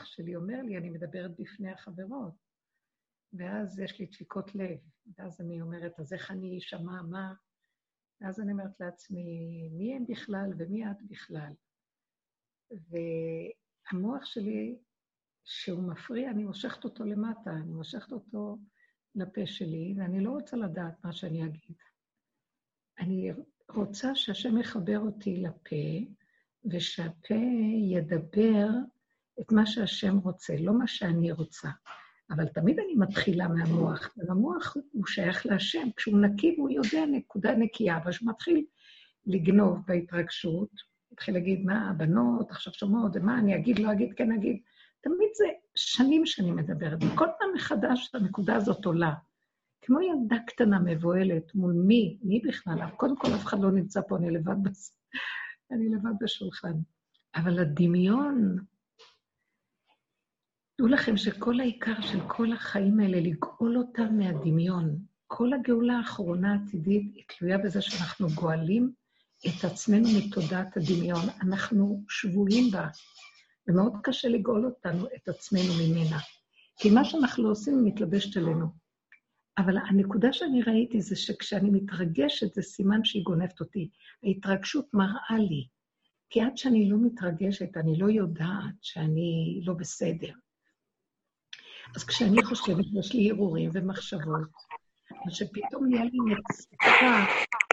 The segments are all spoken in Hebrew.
המוח שלי אומר לי, אני מדברת בפני החברות, ואז יש לי דפיקות לב, ואז אני אומרת, אז איך אני אשמע מה? ואז אני אומרת לעצמי, מי הם בכלל ומי את בכלל? והמוח שלי, שהוא מפריע, אני מושכת אותו למטה, אני מושכת אותו לפה שלי, ואני לא רוצה לדעת מה שאני אגיד. אני רוצה שהשם יחבר אותי לפה, ושהפה ידבר את מה שהשם רוצה, לא מה שאני רוצה. אבל תמיד אני מתחילה מהמוח, והמוח הוא שייך להשם, כשהוא נקי והוא יודע נקודה נקייה, אבל כשהוא מתחיל לגנוב בהתרגשות, מתחיל להגיד מה הבנות, עכשיו שומעות, ומה אני אגיד, לא אגיד, כן אגיד, תמיד זה שנים שאני מדברת, וכל פעם מחדש הנקודה הזאת עולה, כמו ילדה קטנה מבועלת, מול מי בכלל? קודם כל אף אחד לא נמצא פה, אני לבד בשולחן. אבל הדמיון, תדעו לכם שכל העיקר של כל החיים האלה, לגאול אותם מהדמיון, כל הגאולה האחרונה העתידית היא תלויה בזה שאנחנו גואלים את עצמנו מתודעת הדמיון, אנחנו שבויים בה, ומאוד קשה לגאול אותנו, את עצמנו ממנה, כי מה שאנחנו עושים מתלבשת עלינו. אבל הנקודה שאני ראיתי זה שכשאני מתרגשת, זה סימן שהיא גונבת אותי. ההתרגשות מראה לי, כי עד שאני לא מתרגשת, אני לא יודעת שאני לא בסדר. אז כשאני חושבת, יש לי הרהורים ומחשבות, שפתאום נהיה לי מצוקה,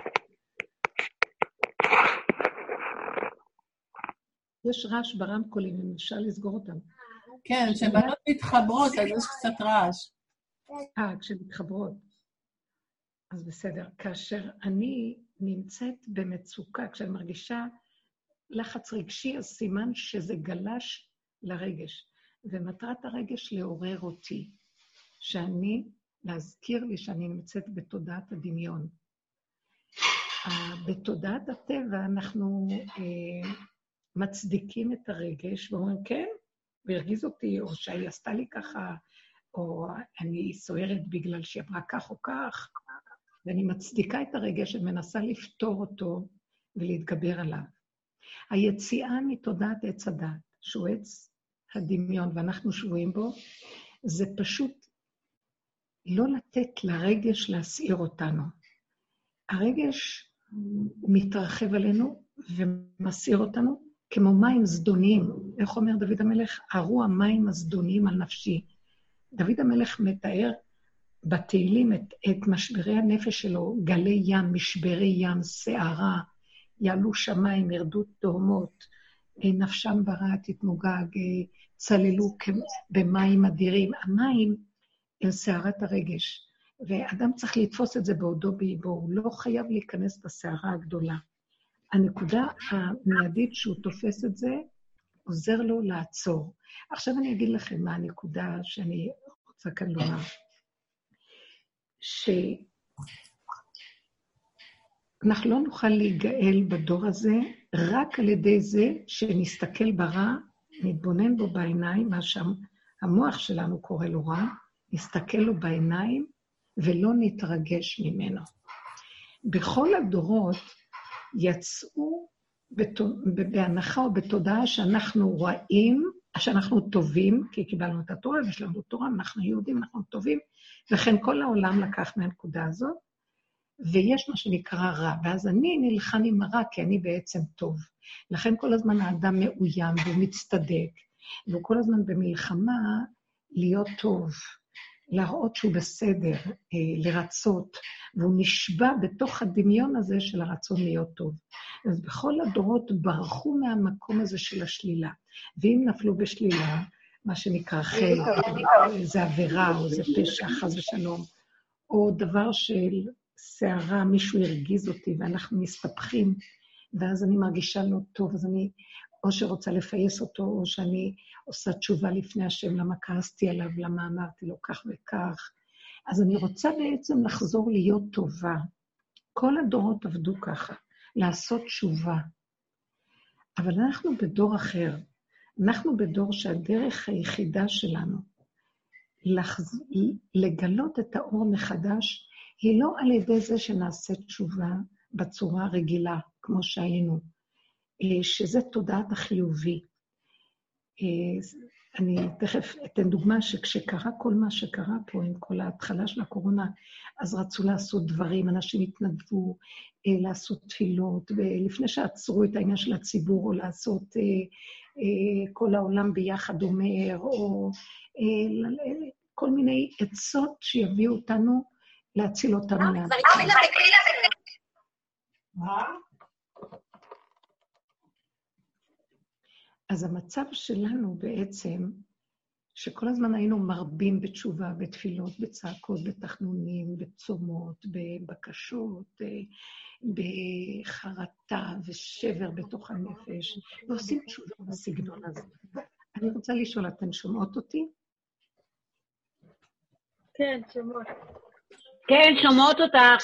יש רעש ברמקולים, אם אפשר לסגור אותם. כן, שבנות מתחברות, אז יש קצת רעש. כשמתחברות. אז בסדר. כאשר אני נמצאת במצוקה, כשאני מרגישה לחץ רגשי, אז סימן שזה גלש לרגש. ומטרת הרגש לעורר אותי, להזכיר לי שאני נמצאת בתודעת הדמיון. בתודעת הטבע אנחנו מצדיקים את הרגש, ואומרים כן, והרגיז אותי, או שהיא עשתה לי ככה, או אני סוערת בגלל שהיא עברה כך או כך, ואני מצדיקה את הרגש ומנסה לפתור אותו ולהתגבר עליו. היציאה מתודעת עץ הדת, שהוא עץ הדמיון ואנחנו שבויים בו, זה פשוט לא לתת לרגש להסעיר אותנו. הרגש מתרחב עלינו ומסעיר אותנו כמו מים זדוניים. איך אומר דוד המלך? ארו המים הזדוניים על נפשי. דוד המלך מתאר בתהילים את משברי הנפש שלו, גלי ים, משברי ים, שערה, יעלו שמיים, ירדו תהומות, נפשם ברעת תתמוגג, צללו במים אדירים. המים הם שערת הרגש, ואדם צריך לתפוס את זה בעודו באיבו, הוא לא חייב להיכנס בשערה הגדולה. הנקודה המיידית שהוא תופס את זה, עוזר לו לעצור. עכשיו אני אגיד לכם מה הנקודה שאני רוצה כאן לומר. שאנחנו לא נוכל להיגאל בדור הזה, רק על ידי זה שנסתכל ברע, נתבונן בו בעיניים, מה שהמוח שלנו קורא לו רע, נסתכל לו בעיניים ולא נתרגש ממנו. בכל הדורות יצאו בהנחה או בתודעה שאנחנו רואים, שאנחנו טובים, כי קיבלנו את התורה, ויש לנו תורה, אנחנו יהודים, אנחנו טובים, לכן כל העולם לקח מהנקודה הזאת, ויש מה שנקרא רע, ואז אני נלחם עם הרע, כי אני בעצם טוב. לכן כל הזמן האדם מאוים והוא מצטדק, והוא כל הזמן במלחמה להיות טוב, להראות שהוא בסדר, לרצות, והוא נשבע בתוך הדמיון הזה של הרצון להיות טוב. אז בכל הדורות ברחו מהמקום הזה של השלילה, ואם נפלו בשלילה, מה שנקרא חל, זה עבירה, או זה פשע, חס ושלום, או דבר של שערה, מישהו הרגיז אותי, ואנחנו מסתפחים, ואז אני מרגישה לא טוב, אז אני או שרוצה לפייס אותו, או שאני עושה תשובה לפני השם, למה כעסתי עליו, למה אמרתי לו כך וכך. אז אני רוצה בעצם לחזור להיות טובה. כל הדורות עבדו ככה, לעשות תשובה. אבל אנחנו בדור אחר. אנחנו בדור שהדרך היחידה שלנו, לגלות את האור מחדש, היא לא על ידי זה שנעשה תשובה בצורה רגילה, כמו שהיינו. שזה תודעת החיובי. אני תכף אתן דוגמה שכשקרה כל מה שקרה פה עם כל ההתחלה של הקורונה, אז רצו לעשות דברים, אנשים התנדבו לעשות תפילות, ולפני שעצרו את העניין של הציבור, או לעשות כל העולם ביחד אומר, או כל מיני עצות שיביאו אותנו להציל אותנו. אז המצב שלנו בעצם, שכל הזמן היינו מרבים בתשובה, בתפילות, בצעקות, בתחנונים, בצומות, בבקשות, בחרטה ושבר בתוך הנפש, ועושים תשובה בסגנון הזה. אני רוצה לשאול, אתן שומעות אותי? כן, שומעות. כן, שומעות אותך.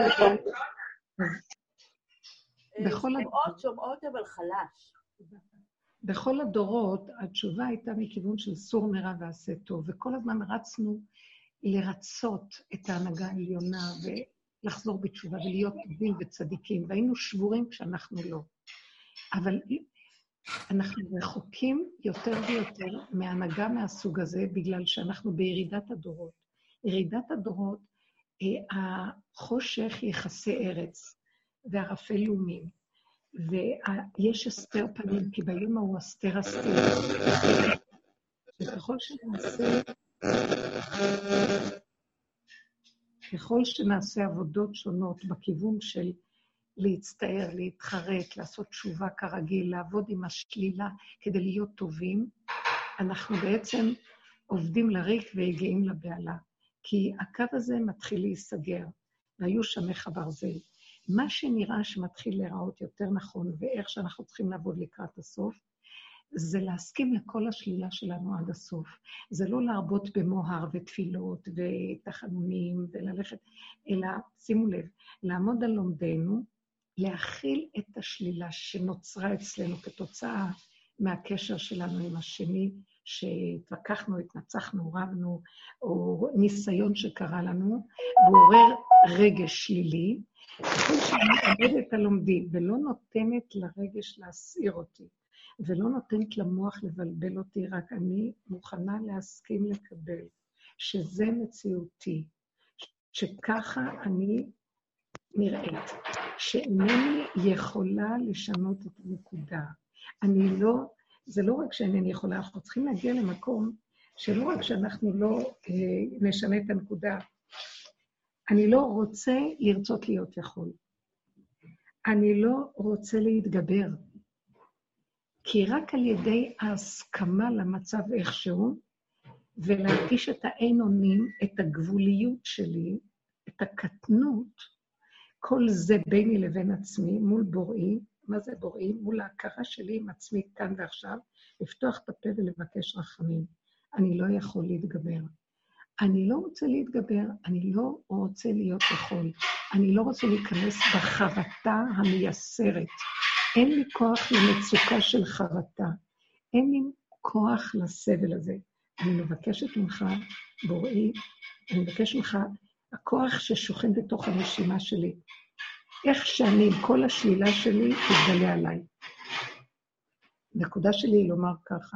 שומעות אבל חלש. בכל הדורות, התשובה הייתה מכיוון של סור מרע ועשה טוב, וכל הזמן רצנו לרצות את ההנהגה העליונה, ולחזור בתשובה, ולהיות טובים וצדיקים, והיינו שבורים כשאנחנו לא. אבל אנחנו רחוקים יותר ויותר מההנהגה מהסוג הזה, בגלל שאנחנו בירידת הדורות. ירידת הדורות, החושך יחסי ארץ, וערפי לאומים. ויש אסתר פנים, כי ביום ההוא אסתר אסתר. ככל שנעשה עבודות שונות בכיוון של להצטער, להתחרט, לעשות תשובה כרגיל, לעבוד עם השלילה כדי להיות טובים, אנחנו בעצם עובדים לריק והגיעים לבעלה. כי הקו הזה מתחיל להיסגר, והיו שמך ברזל. מה שנראה שמתחיל להיראות יותר נכון, ואיך שאנחנו צריכים לעבוד לקראת הסוף, זה להסכים לכל השלילה שלנו עד הסוף. זה לא להרבות במוהר ותפילות ותחנונים וללכת, אלא, שימו לב, לעמוד על לומדנו, להכיל את השלילה שנוצרה אצלנו כתוצאה מהקשר שלנו עם השני, שהתווכחנו, התנצחנו, רבנו, או ניסיון שקרה לנו, ועורר רגש שלילי, כל שאני עומדת על לומדי, ולא נותנת לרגש להסעיר אותי, ולא נותנת למוח לבלבל אותי, רק אני מוכנה להסכים לקבל, שזה מציאותי, שככה אני נראית, שאינני יכולה לשנות את הנקודה. אני לא, זה לא רק שאינני יכולה, אנחנו צריכים להגיע למקום, שלא רק שאנחנו לא נשנה את הנקודה, אני לא רוצה לרצות להיות יכול. אני לא רוצה להתגבר. כי רק על ידי ההסכמה למצב איכשהו, ולהרגיש את האין אונים, את הגבוליות שלי, את הקטנות, כל זה ביני לבין עצמי, מול בוראי, מה זה בוראי? מול ההכרה שלי עם עצמי כאן ועכשיו, לפתוח את הפה ולבקש רחמים. אני לא יכול להתגבר. אני לא רוצה להתגבר, אני לא רוצה להיות יכול, אני לא רוצה להיכנס בחרטה המייסרת. אין לי כוח למצוקה של חרטה, אין לי כוח לסבל הזה. אני מבקשת ממך, בוראי, אני מבקש ממך, הכוח ששוכן בתוך הנשימה שלי, איך שאני עם כל השלילה שלי תתגלה עליי. נקודה שלי היא לומר ככה,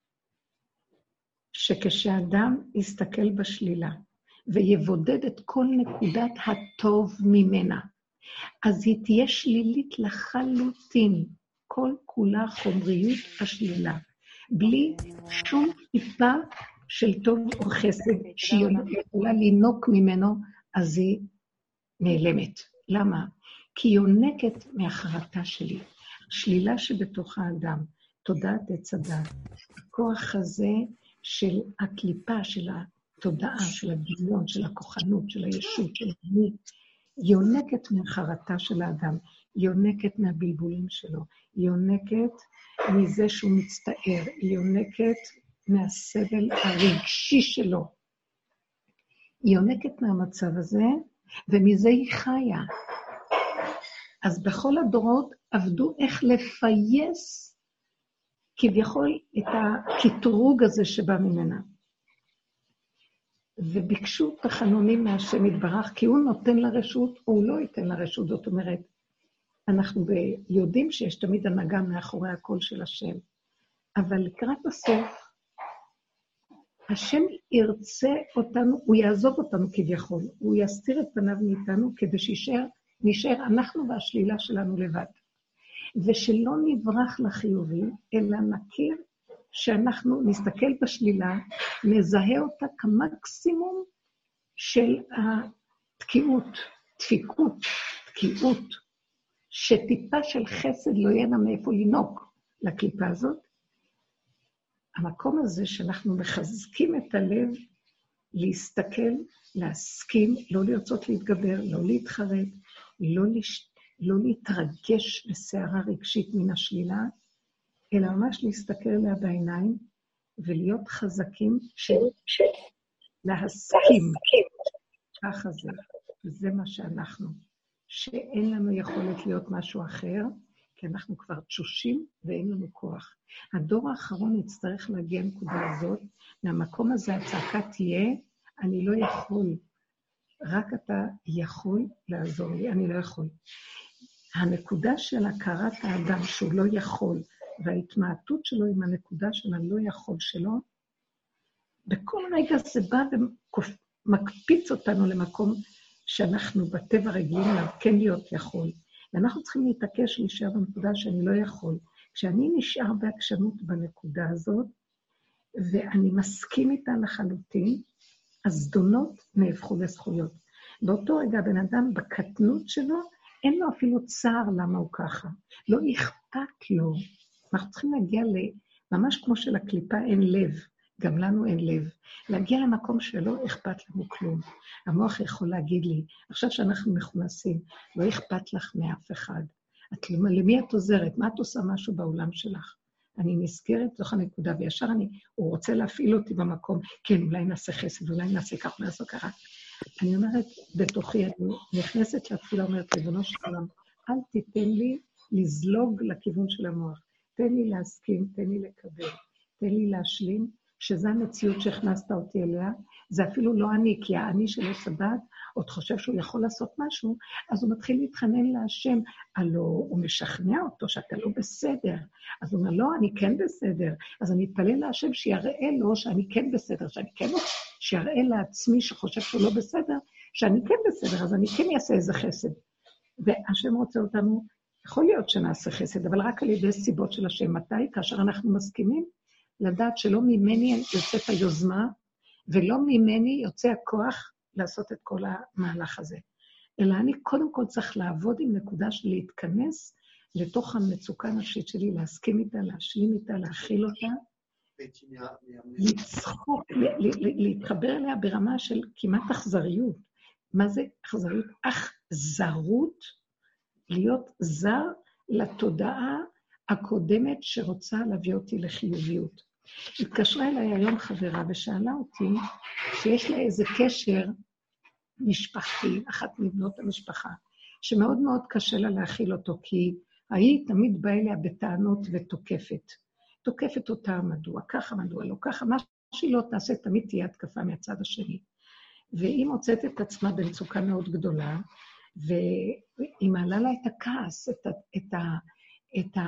שכשאדם יסתכל בשלילה ויבודד את כל נקודת הטוב ממנה, אז היא תהיה שלילית לחלוטין, כל כולה חומריות השלילה, בלי שום טיפה של טוב או חסד שהיא יכולה לינוק ממנו, אז היא נעלמת. למה? כי היא יונקת מהחרטה שלי, שלילה שבתוך האדם, תודעת עץ הדת, הכוח הזה של הקליפה, של התודעה, של הדמיון, של הכוחנות, של הישות, של אני, יונקת מהחרטה של האדם, יונקת מהבלבולים שלו, יונקת מזה שהוא מצטער, יונקת מהסבל הרגשי שלו. יונקת מהמצב הזה, ומזה היא חיה. אז בכל הדורות עבדו איך לפייס כביכול את הקטרוג הזה שבא ממנה. וביקשו תחנונים מהשם יתברך, כי הוא נותן לרשות, או הוא לא ייתן לרשות. זאת אומרת, אנחנו יודעים שיש תמיד הנהגה מאחורי הקול של השם, אבל לקראת הסוף, השם ירצה אותנו, הוא יעזוב אותנו כביכול, הוא יסתיר את פניו מאיתנו כדי נשאר אנחנו והשלילה שלנו לבד. ושלא נברח לחיובי, אלא נכיר שאנחנו נסתכל בשלילה, נזהה אותה כמקסימום של התקיעות, תקיעות, שטיפה של חסד לא יהיה לה מאיפה לנוק לקליפה הזאת. המקום הזה שאנחנו מחזקים את הלב, להסתכל, להסכים, לא לרצות להתגבר, לא להתחרט, לא להתרגש בסערה רגשית מן השלילה, אלא ממש להסתכל עליה בעיניים, ולהיות חזקים להסכים. ככה זה, וזה מה שאנחנו, שאין לנו יכולת להיות משהו אחר, כי אנחנו כבר תשושים ואין לנו כוח. הדור האחרון יצטרך להגיע לנקודה הזאת, מהמקום הזה הצעקה תהיה, אני לא יכול, רק אתה יכול לעזור לי, אני לא יכול. הנקודה של הכרת האדם שהוא לא יכול, וההתמעטות שלו עם הנקודה של הלא יכול שלו, בכל רגע זה בא ומקפיץ אותנו למקום שאנחנו בטבע רגילים עליו, כן להיות יכול. ואנחנו צריכים להתעקש להישאר בנקודה שאני לא יכול. כשאני נשאר בעקשנות בנקודה הזאת, ואני מסכים איתה לחלוטין, הזדונות נהפכו לזכויות. באותו רגע הבן אדם בקטנות שלו, אין לו אפילו צער למה הוא ככה. לא אכפת לו. אנחנו צריכים להגיע ממש כמו שלקליפה אין לב, גם לנו אין לב. להגיע למקום שלא אכפת לנו כלום. המוח יכול להגיד לי, עכשיו שאנחנו מכונסים, לא אכפת לך מאף אחד. למי את עוזרת? מה את עושה משהו בעולם שלך? אני נזכרת לתוך הנקודה, וישר הוא רוצה להפעיל אותי במקום, כן, אולי נעשה חסד, אולי נעשה כך, נעשה ככה. אני אומרת, בתוכי, אני נכנסת לתפילה, אומרת, ריבונו של עולם, אל תיתן לי לזלוג לכיוון של המוח. תן לי להסכים, תן לי לקבל, תן לי להשלים, שזו המציאות שהכנסת אותי אליה, זה אפילו לא אני, כי האני שלו סבד, עוד חושב שהוא יכול לעשות משהו, אז הוא מתחיל להתחנן להשם, הלא הוא משכנע אותו שאתה לא בסדר, אז הוא אומר, לא, אני כן בסדר, אז אני אתפלל להשם שיראה לו שאני כן בסדר, שיראה לעצמי שחושב שהוא לא בסדר, שאני כן בסדר, אז אני כן אעשה איזה חסד. והשם רוצה אותנו, יכול להיות שנעשה חסד, אבל רק על ידי סיבות של השם. מתי? כאשר אנחנו מסכימים, לדעת שלא ממני יוצאת היוזמה, ולא ממני יוצא הכוח לעשות את כל המהלך הזה. אלא אני קודם כל צריך לעבוד עם נקודה של להתכנס לתוך המצוקה הנפשית שלי, להסכים איתה, להשלים איתה, להכיל אותה, לצחוק, להתחבר אליה ברמה של כמעט אכזריות. מה זה אכזריות? אכזרות, להיות זר לתודעה הקודמת שרוצה להביא אותי לחיוביות. התקשרה אליי היום חברה ושאלה אותי שיש לה איזה קשר משפחתי, אחת מבנות המשפחה, שמאוד מאוד קשה לה להכיל אותו, כי היא תמיד באה אליה בטענות ותוקפת. תוקפת אותה מדוע, ככה מדוע, לא ככה, מה שהיא לא תעשה תמיד תהיה התקפה מהצד השני. והיא מוצאת את עצמה במצוקה מאוד גדולה, והיא מעלה לה את הכעס, את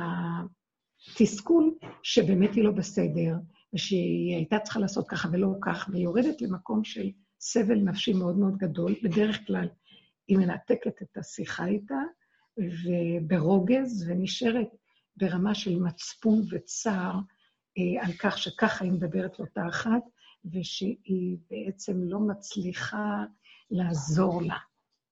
התסכול שבאמת היא לא בסדר, ושהיא הייתה צריכה לעשות ככה ולא כך, והיא יורדת למקום של סבל נפשי מאוד מאוד גדול. בדרך כלל היא מנתקת את השיחה איתה, וברוגז, ונשארת ברמה של מצפון וצער, על כך שככה היא מדברת לאותה אחת, ושהיא בעצם לא מצליחה לעזור לה.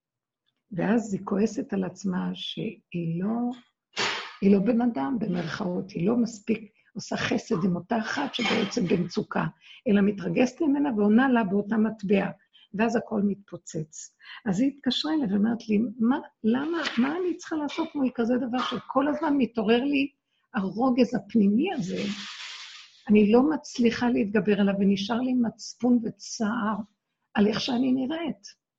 ואז היא כועסת על עצמה שהיא לא בן אדם במרכאות, היא לא מספיק עושה חסד עם אותה אחת שבעצם במצוקה, אלא מתרגשת ממנה ועונה לה באותה מטבע, ואז הכל מתפוצץ. אז היא התקשרה אליי ואומרת לי, מה אני צריכה לעשות כמו כזה דבר שכל הזמן מתעורר לי הרוגז הפנימי הזה, אני לא מצליחה להתגבר עליו, ונשאר לי מצפון וצער על איך שאני נראית.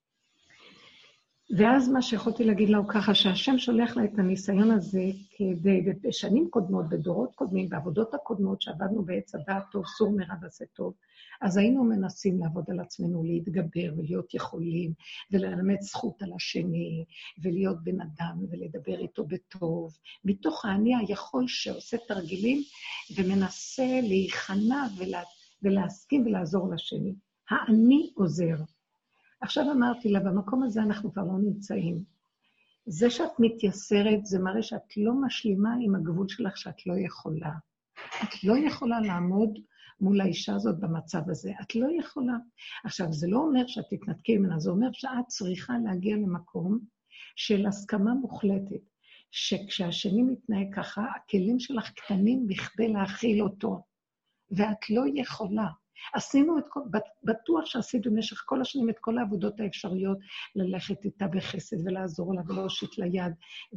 ואז מה שיכולתי להגיד לה הוא ככה, שהשם שולח לה את הניסיון הזה כדי, בשנים קודמות, בדורות קודמים, בעבודות הקודמות שעבדנו בעץ הדעת טוב, סור מרע ועשה טוב, אז היינו מנסים לעבוד על עצמנו, להתגבר ולהיות יכולים, וללמד זכות על השני, ולהיות בן אדם ולדבר איתו בטוב, מתוך האני היכול שעושה תרגילים, ומנסה להיכנע ולהסכים ולעזור לשני. האני עוזר. עכשיו אמרתי לה, במקום הזה אנחנו כבר לא נמצאים. זה שאת מתייסרת, זה מראה שאת לא משלימה עם הגבול שלך שאת לא יכולה. את לא יכולה לעמוד מול האישה הזאת במצב הזה. את לא יכולה. עכשיו, זה לא אומר שאת תתנתקי ממנה, זה אומר שאת צריכה להגיע למקום של הסכמה מוחלטת, שכשהשני מתנהג ככה, הכלים שלך קטנים בכדי להכיל אותו, ואת לא יכולה. עשינו את כל, בטוח שעשית במשך כל השנים את כל העבודות האפשריות, ללכת איתה בחסד ולעזור לה ולהושיט לה יד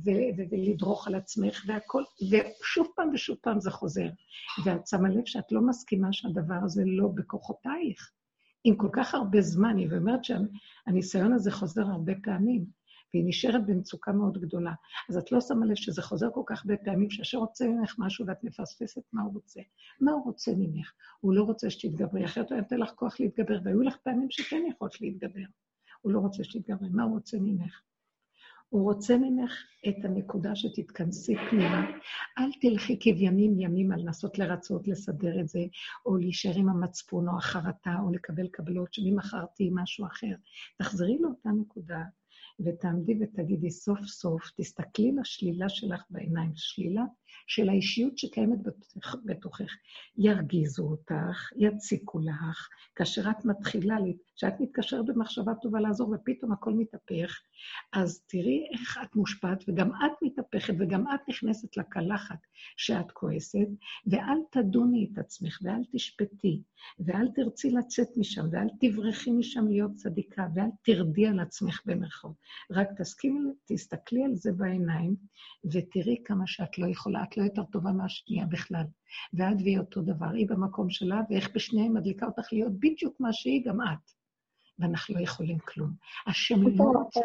ולדרוך על עצמך והכל, ושוב פעם זה חוזר. ואת שמה לב שאת לא מסכימה שהדבר הזה לא בכוחותייך. עם כל כך הרבה זמן, היא אומרת שהניסיון הזה חוזר הרבה פעמים, והיא נשארת במצוקה מאוד גדולה. אז את לא שמה לב שזה חוזר כל כך הרבה פעמים, שאשר רוצה ממך משהו ואת מפספסת מה הוא רוצה. מה הוא רוצה ממך? הוא לא רוצה שתתגברי, אחרת הוא נתן לך כוח להתגבר, והיו לך פעמים שכן יכולת להתגבר. הוא לא רוצה שתתגברי, מה הוא רוצה ממך? הוא רוצה ממך את הנקודה שתתכנסי פנימה. אל תלכי כבימים על לנסות לרצות, לסדר את זה, או להישאר עם המצפון, או החרטה, או לקבל קבלות, שממחר תהי משהו אחר. תחזרי לאותה נקודה, ותעמדי ותגידי סוף סוף, תסתכלי לשלילה שלך בעיניים, שלילה של האישיות שקיימת בתוכך. ירגיזו אותך, יציקו לך, כאשר את מתחילה, כשאת מתקשרת במחשבה טובה לעזור ופתאום הכל מתהפך, אז תראי איך את מושפעת, וגם את מתהפכת, וגם את נכנסת לקלחת שאת כועסת, ואל תדוני את עצמך, ואל תשפטי, ואל תרצי לצאת משם, ואל תברכי משם להיות צדיקה, ואל תרדי על עצמך במרחוב. רק תסתכלי על זה בעיניים, ותראי כמה שאת לא יכולה, את לא יותר טובה מהשנייה בכלל. ואת והיא אותו דבר, היא במקום שלה, ואיך בשניהם מדליקה אותך להיות בדיוק מה שהיא, גם את. ואנחנו לא יכולים כלום. השם לא רוצה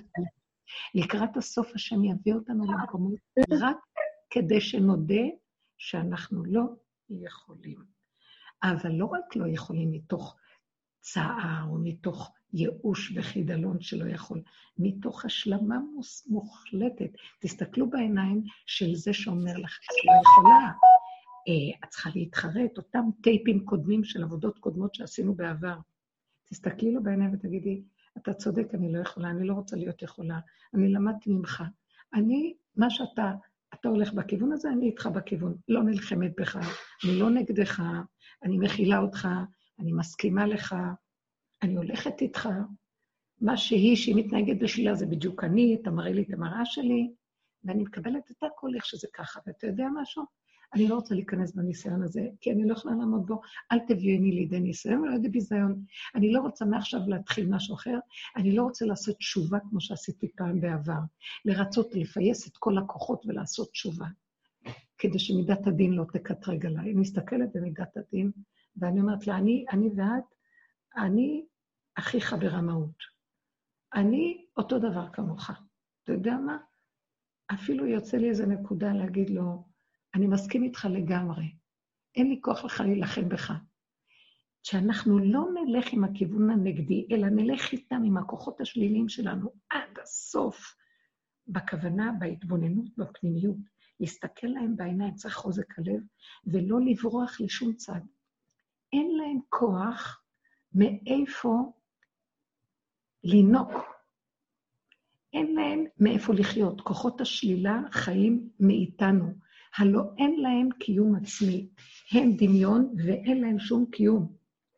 לקראת הסוף, השם יביא אותנו למקומות, רק כדי שנודה שאנחנו לא יכולים. אבל לא רק לא יכולים מתוך צער, או מתוך ייאוש וחידלון שלא יכול, מתוך השלמה מוחלטת. תסתכלו בעיניים של זה שאומר לך, את לא יכולה, את צריכה להתחרט, אותם טייפים קודמים של עבודות קודמות שעשינו בעבר. תסתכלי לו בעיניים ותגידי, אתה צודק, אני לא יכולה, אני לא רוצה להיות יכולה, אני למדתי ממך. מה שאתה הולך בכיוון הזה, אני איתך בכיוון, לא נלחמת בך, אני לא נגדך, אני מכילה אותך, אני מסכימה לך, אני הולכת איתך, מה שהיא מתנהגת בשלילה זה בדיוק אני, אתה מראה לי את המראה שלי, ואני מקבלת את הכל איך שזה ככה, ואתה יודע משהו? אני לא רוצה להיכנס בניסיון הזה, כי אני לא יכולה לעמוד בו, אל תביאני לידי ניסיון ולא לידי ביזיון. אני לא רוצה מעכשיו להתחיל משהו אחר, אני לא רוצה לעשות תשובה כמו שעשיתי פעם בעבר, לרצות לפייס את כל הכוחות ולעשות תשובה, כדי שמידת הדין לא תקטרג עליי. אני מסתכלת במידת הדין, ואני אומרת לה, אני ואת, אני אחיך ברמאות. אני אותו דבר כמוך. אתה יודע מה? אפילו יוצא לי איזו נקודה להגיד לו, אני מסכים איתך לגמרי. אין לי כוח לך להילחם בך. שאנחנו לא נלך עם הכיוון הנגדי, אלא נלך איתם עם הכוחות השליליים שלנו עד הסוף, בכוונה, בהתבוננות, בפנימיות, להסתכל להם בעיניים, צריך חוזק הלב, ולא לברוח לשום צד. אין להם כוח מאיפה לנוק. אין להם מאיפה לחיות. כוחות השלילה חיים מאיתנו. הלא אין להם קיום עצמי. הם דמיון ואין להם שום קיום.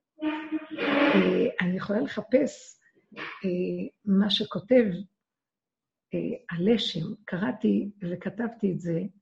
אני יכולה לחפש מה שכותב הלשם. קראתי וכתבתי את זה,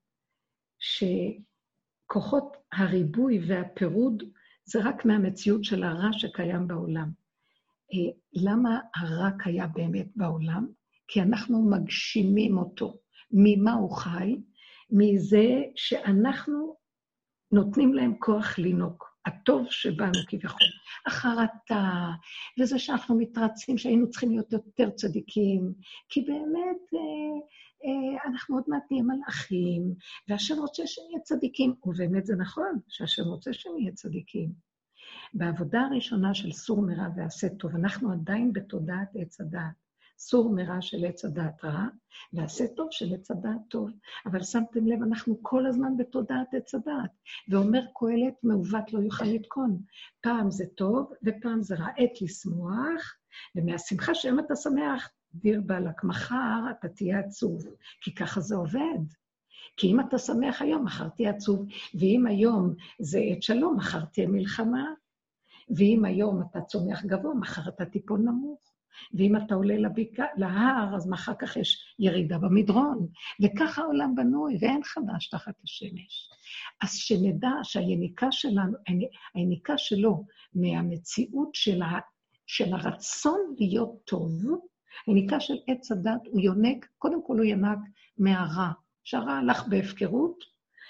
שכוחות הריבוי והפירוד זה רק מהמציאות של הרע שקיים בעולם. למה הרע קיים באמת בעולם? כי אנחנו מגשימים אותו. ממה הוא חי? מזה שאנחנו נותנים להם כוח לנוק. הטוב שבנו כביכול. החרטה, וזה שאנחנו מתרצים שהיינו צריכים להיות יותר צדיקים, כי באמת אנחנו עוד מעט נהיה מלאכים, והשם רוצה שנהיה צדיקים, ובאמת זה נכון שהשם רוצה שנהיה צדיקים. בעבודה הראשונה של סור מרע ועשה טוב, אנחנו עדיין בתודעת עץ הדעת. סור מרע של עץ הדעת רע, ועשה טוב של עץ הדעת טוב. אבל שמתם לב, אנחנו כל הזמן בתודעת עץ הדעת, ואומר קהלת מעוות לא יוכל לתקון. פעם זה טוב, ופעם זה רע. עת לשמוח, ומהשמחה שאם אתה שמח, דיר בעלק, מחר אתה תהיה עצוב, כי ככה זה עובד. כי אם אתה שמח היום, מחר תהיה עצוב, ואם היום זה עת שלום, מחר תהיה מלחמה, ואם היום אתה צומח גבוה, מחר אתה טיפול נמוך. ואם אתה עולה להר, אז מחר כך יש ירידה במדרון. וככה העולם בנוי, ואין חדש תחת השמש. אז שנדע שהיניקה שלנו, היניקה שלו מהמציאות של הרצון להיות טוב, היניקה של עץ הדת הוא יונק, קודם כל הוא ינק מהרע, שהרע הלך בהפקרות,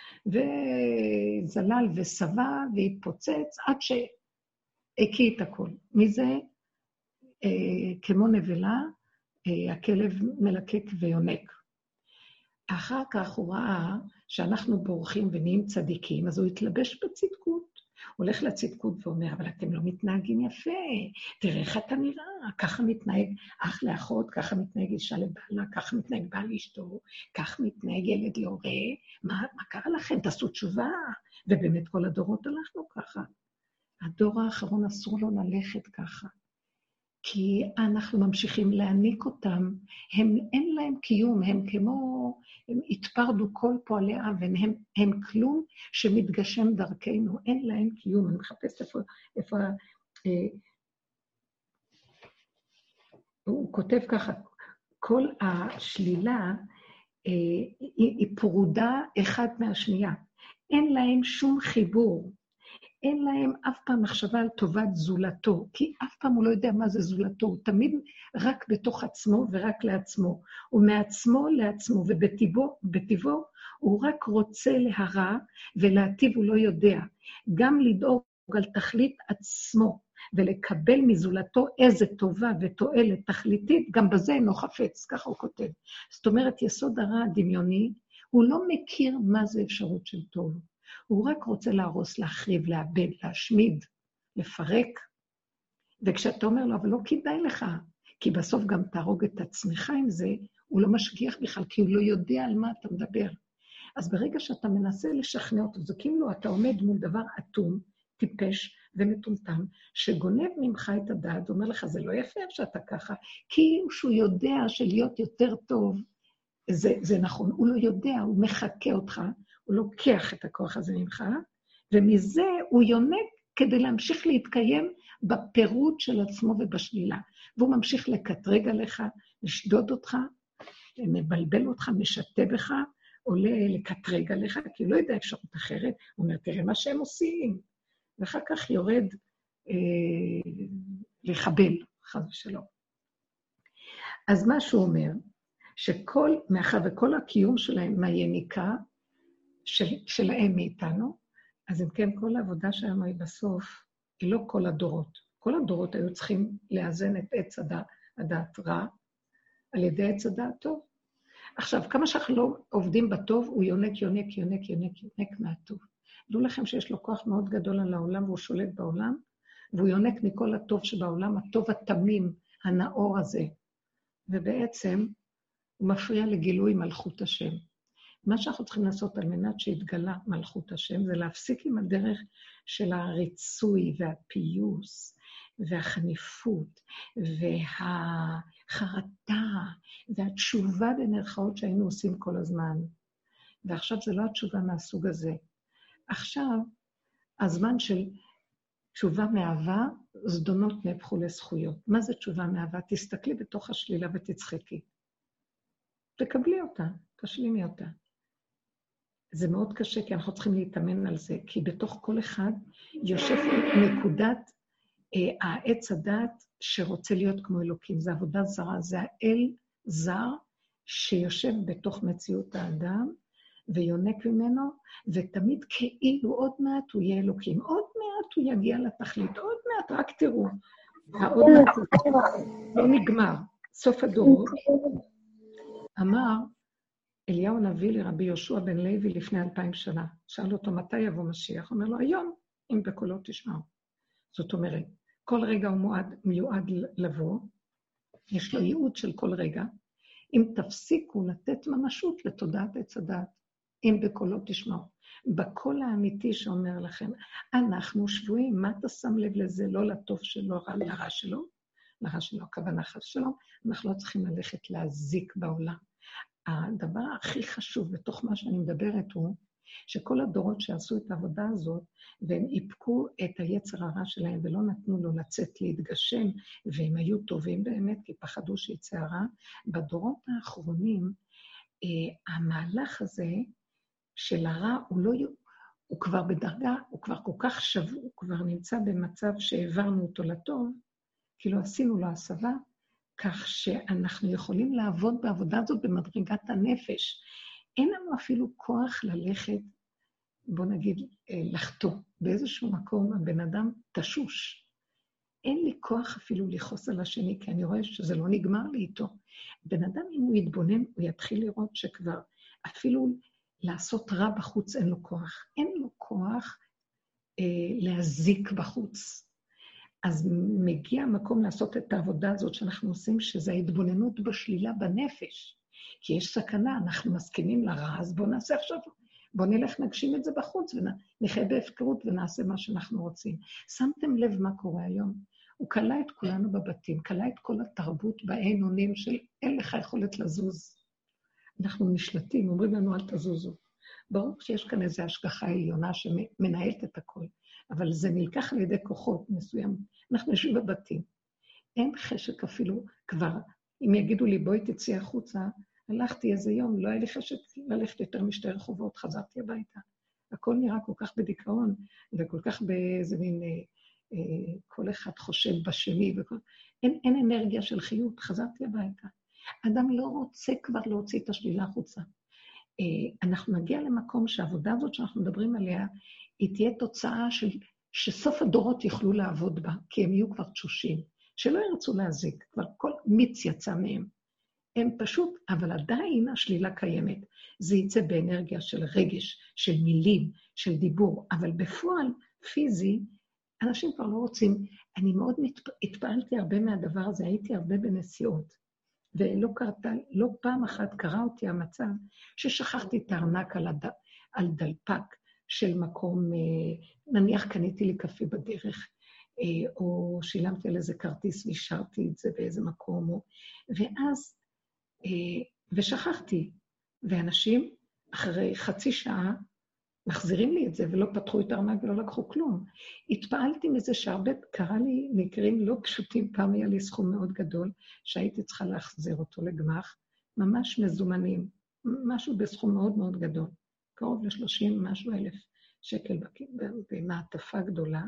וזלל וסבא והתפוצץ, עד שהקיא את הכל. מזה, כמו נבלה, הכלב מלקק ויונק. אחר כך הוא ראה שאנחנו בורחים ונהיים צדיקים, אז הוא התלבש בצדקות. הולך לצדקות ואומר, אבל אתם לא מתנהגים יפה, תראה איך אתה נראה, ככה מתנהג אח לאחות, ככה מתנהג אישה לבעלה, ככה מתנהג בעל אשתו, כך מתנהג ילד להורה, מה קרה לכם? תעשו תשובה, ובאמת כל הדורות הלכנו ככה. הדור האחרון אסור לו ללכת ככה, כי אנחנו ממשיכים להעניק אותם, אין להם קיום, הם כמו, הם התפרדו כל פועלי אבן, הם כלום שמתגשם דרכנו, אין להם קיום. אני מחפש איפה הוא כותב ככה, כל השלילה היא פרודה אחד מהשנייה, אין להם שום חיבור, אין להם אף פעם מחשבה על טובת זולתו, כי אף פעם הוא לא יודע מה זה זולתו, הוא תמיד רק בתוך עצמו ורק לעצמו, ומעצמו לעצמו, ובטבעו הוא רק רוצה להרע, ולהטיב הוא לא יודע, גם לדאוג על תכלית עצמו, ולקבל מזולתו איזה טובה ותועלת תכליתית, גם בזה אינו חפץ, ככה הוא כותב. זאת אומרת, יסוד הרע הדמיוני, הוא לא מכיר מה זה אפשרות של טוב, הוא רק רוצה להרוס, להחריב, לאבד, להשמיד, לפרק. וכשאתה אומר לו, אבל לא כדאי לך, כי בסוף גם תהרוג את עצמך עם זה, הוא לא משגיח בכלל, כי הוא לא יודע על מה אתה מדבר. אז ברגע שאתה מנסה לשכנע אותו, זה כאילו אתה עומד מול דבר אטום, טיפש ומטומטם, שגונב ממך את הדעת, אומר לך, זה לא יפה שאתה ככה, כאילו שהוא יודע שלהיות יותר טוב, זה נכון, הוא לא יודע, הוא מחכה אותך, הוא לוקח את הכוח הזה ממך, ומזה הוא יונק כדי להמשיך להתקיים בפירוט של עצמו ובשלילה. והוא ממשיך לקטרג עליך, לשדוד אותך, מבלבל אותך, משתה בך, עולה לקטרג עליך, כי הוא לא יודע אפשרות אחרת, הוא אומר, תראה מה שהם עושים, ואחר כך יורד לחבל, חס ושלום. אז מה שהוא אומר, מאחר וכל הקיום שלהם מהיניקה, שלהם מאיתנו, אז אם כן, כל העבודה שלנו היא בסוף, היא לא כל הדורות. כל הדורות היו צריכים לאזן את עץ הדעת רע, על ידי עץ הדעת טוב. עכשיו, כמה שאנחנו לא עובדים בטוב, הוא יונק מהטוב. דעו לכם שיש לו כוח מאוד גדול על העולם, והוא שולט בעולם, והוא יונק מכל הטוב שבעולם, הטוב התמים, הנאור הזה. ובעצם, הוא מפריע לגילוי מלכות השם. מה שאנחנו צריכים לעשות על מנת שהתגלה מלכות השם, זה להפסיק עם הדרך של הריצוי והפיוס והחניפות והחרטה והתשובה במרכאות שהיינו עושים כל הזמן. ועכשיו זה לא התשובה מהסוג הזה. עכשיו, הזמן של תשובה מאהבה, זדונות נהפכו לזכויות. מה זה תשובה מאהבה? תסתכלי בתוך השלילה ותצחקי. תקבלי אותה, תשלימי אותה. זה מאוד קשה, כי אנחנו צריכים להתאמן על זה, כי בתוך כל אחד יושב נקודת העץ הדעת שרוצה להיות כמו אלוקים. זה עבודה זרה, זה האל זר שיושב בתוך מציאות האדם, ויונק ממנו, ותמיד כאילו עוד מעט הוא יהיה אלוקים, עוד מעט הוא יגיע לתכלית, עוד מעט, רק תראו, העוד מעט לא נגמר. סוף הדורות אמר, אליהו הנביא לרבי יהושע בן לוי לפני 2000 שנה, שאל אותו מתי יבוא משיח, אומר לו היום, אם בקולו תשמעו. זאת אומרת, כל רגע הוא מיועד לבוא, יש לו ייעוד של כל רגע. אם תפסיקו לתת ממשות לתודעת עץ הדעת, אם בקולו תשמעו, בקול האמיתי שאומר לכם, אנחנו שבועים, מה אתה שם לב לזה? לא לטוב שלו, לרע שלו, לרע שלו, הכוונה חס שלו, אנחנו לא צריכים ללכת להזיק בעולם. הדבר הכי חשוב בתוך מה שאני מדברת הוא, שכל הדורות שעשו את העבודה הזאת, והם איפקו את היצר הרע שלהם, ולא נתנו לו לצאת להתגשם, והם היו טובים באמת, כי פחדו שיצא הרע, בדורות האחרונים, המהלך הזה של הרע, הוא כבר בדרגה, הוא כבר כל כך שבוע, הוא כבר נמצא במצב שהעברנו אותו לטוב, כאילו עשינו לו הסבה, כך שאנחנו יכולים לעבוד בעבודה הזאת במדרגת הנפש. אין לנו אפילו כוח ללכת, בוא נגיד, לחתוא. באיזשהו מקום הבן אדם תשוש. אין לי כוח אפילו לכעוס על השני, כי אני רואה שזה לא נגמר לי איתו. בן אדם, אם הוא יתבונן, הוא יתחיל לראות שכבר אפילו לעשות רע בחוץ אין לו כוח. אין לו כוח להזיק בחוץ. אז מגיע המקום לעשות את העבודה הזאת שאנחנו עושים, שזה ההתבוננות בשלילה בנפש. כי יש סכנה, אנחנו מסכימים לרע, אז בואו נעשה עכשיו, בואו נלך נגשים את זה בחוץ, ונחיה בהפקרות ונעשה מה שאנחנו רוצים. שמתם לב מה קורה היום? הוא קלה את כולנו בבתים, קלה את כל התרבות בעין עונים של אין לך יכולת לזוז. אנחנו נשלטים, אומרים לנו אל תזוזו. ברור שיש כאן איזו השגחה עליונה שמנהלת את הכל, אבל זה נלקח על ידי כוחות מסוים. אנחנו יושבים בבתים. אין חשק אפילו כבר, אם יגידו לי בואי תצאי החוצה, הלכתי איזה יום, לא היה לי חשק ללכת יותר משתי רחובות, חזרתי הביתה. הכל נראה כל כך בדיכאון, וכל כך באיזה מין, כל אחד חושב בשני, אין אנרגיה של חיות, חזרתי הביתה. אדם לא רוצה כבר להוציא את השלילה החוצה. אנחנו נגיע למקום שהעבודה הזאת שאנחנו מדברים עליה, היא תהיה תוצאה שסוף הדורות יוכלו לעבוד בה, כי הם יהיו כבר תשושים, שלא ירצו להזיק, כבר כל מיץ יצא מהם. הם פשוט, אבל עדיין השלילה קיימת. זה יצא באנרגיה של רגש, של מילים, של דיבור, אבל בפועל פיזי, אנשים כבר לא רוצים. אני מאוד התפעלתי הרבה מהדבר הזה, הייתי הרבה בנסיעות, ולא פעם אחת קרה אותי המצב ששכחתי את הארנק על דלפק של מקום, נניח קניתי לי קפה בדרך, או שילמתי על איזה כרטיס והשארתי את זה באיזה מקום, ואז, ושכחתי, ואנשים אחרי חצי שעה מחזירים לי את זה ולא פתחו את הארנק ולא לקחו כלום. התפעלתי מזה שהרבה קרה לי מקרים לא פשוטים, פעם היה לי סכום מאוד גדול שהייתי צריכה להחזיר אותו לגמח, ממש מזומנים, משהו בסכום מאוד מאוד גדול, קרוב ל-30 משהו אלף שקל במעטפה גדולה,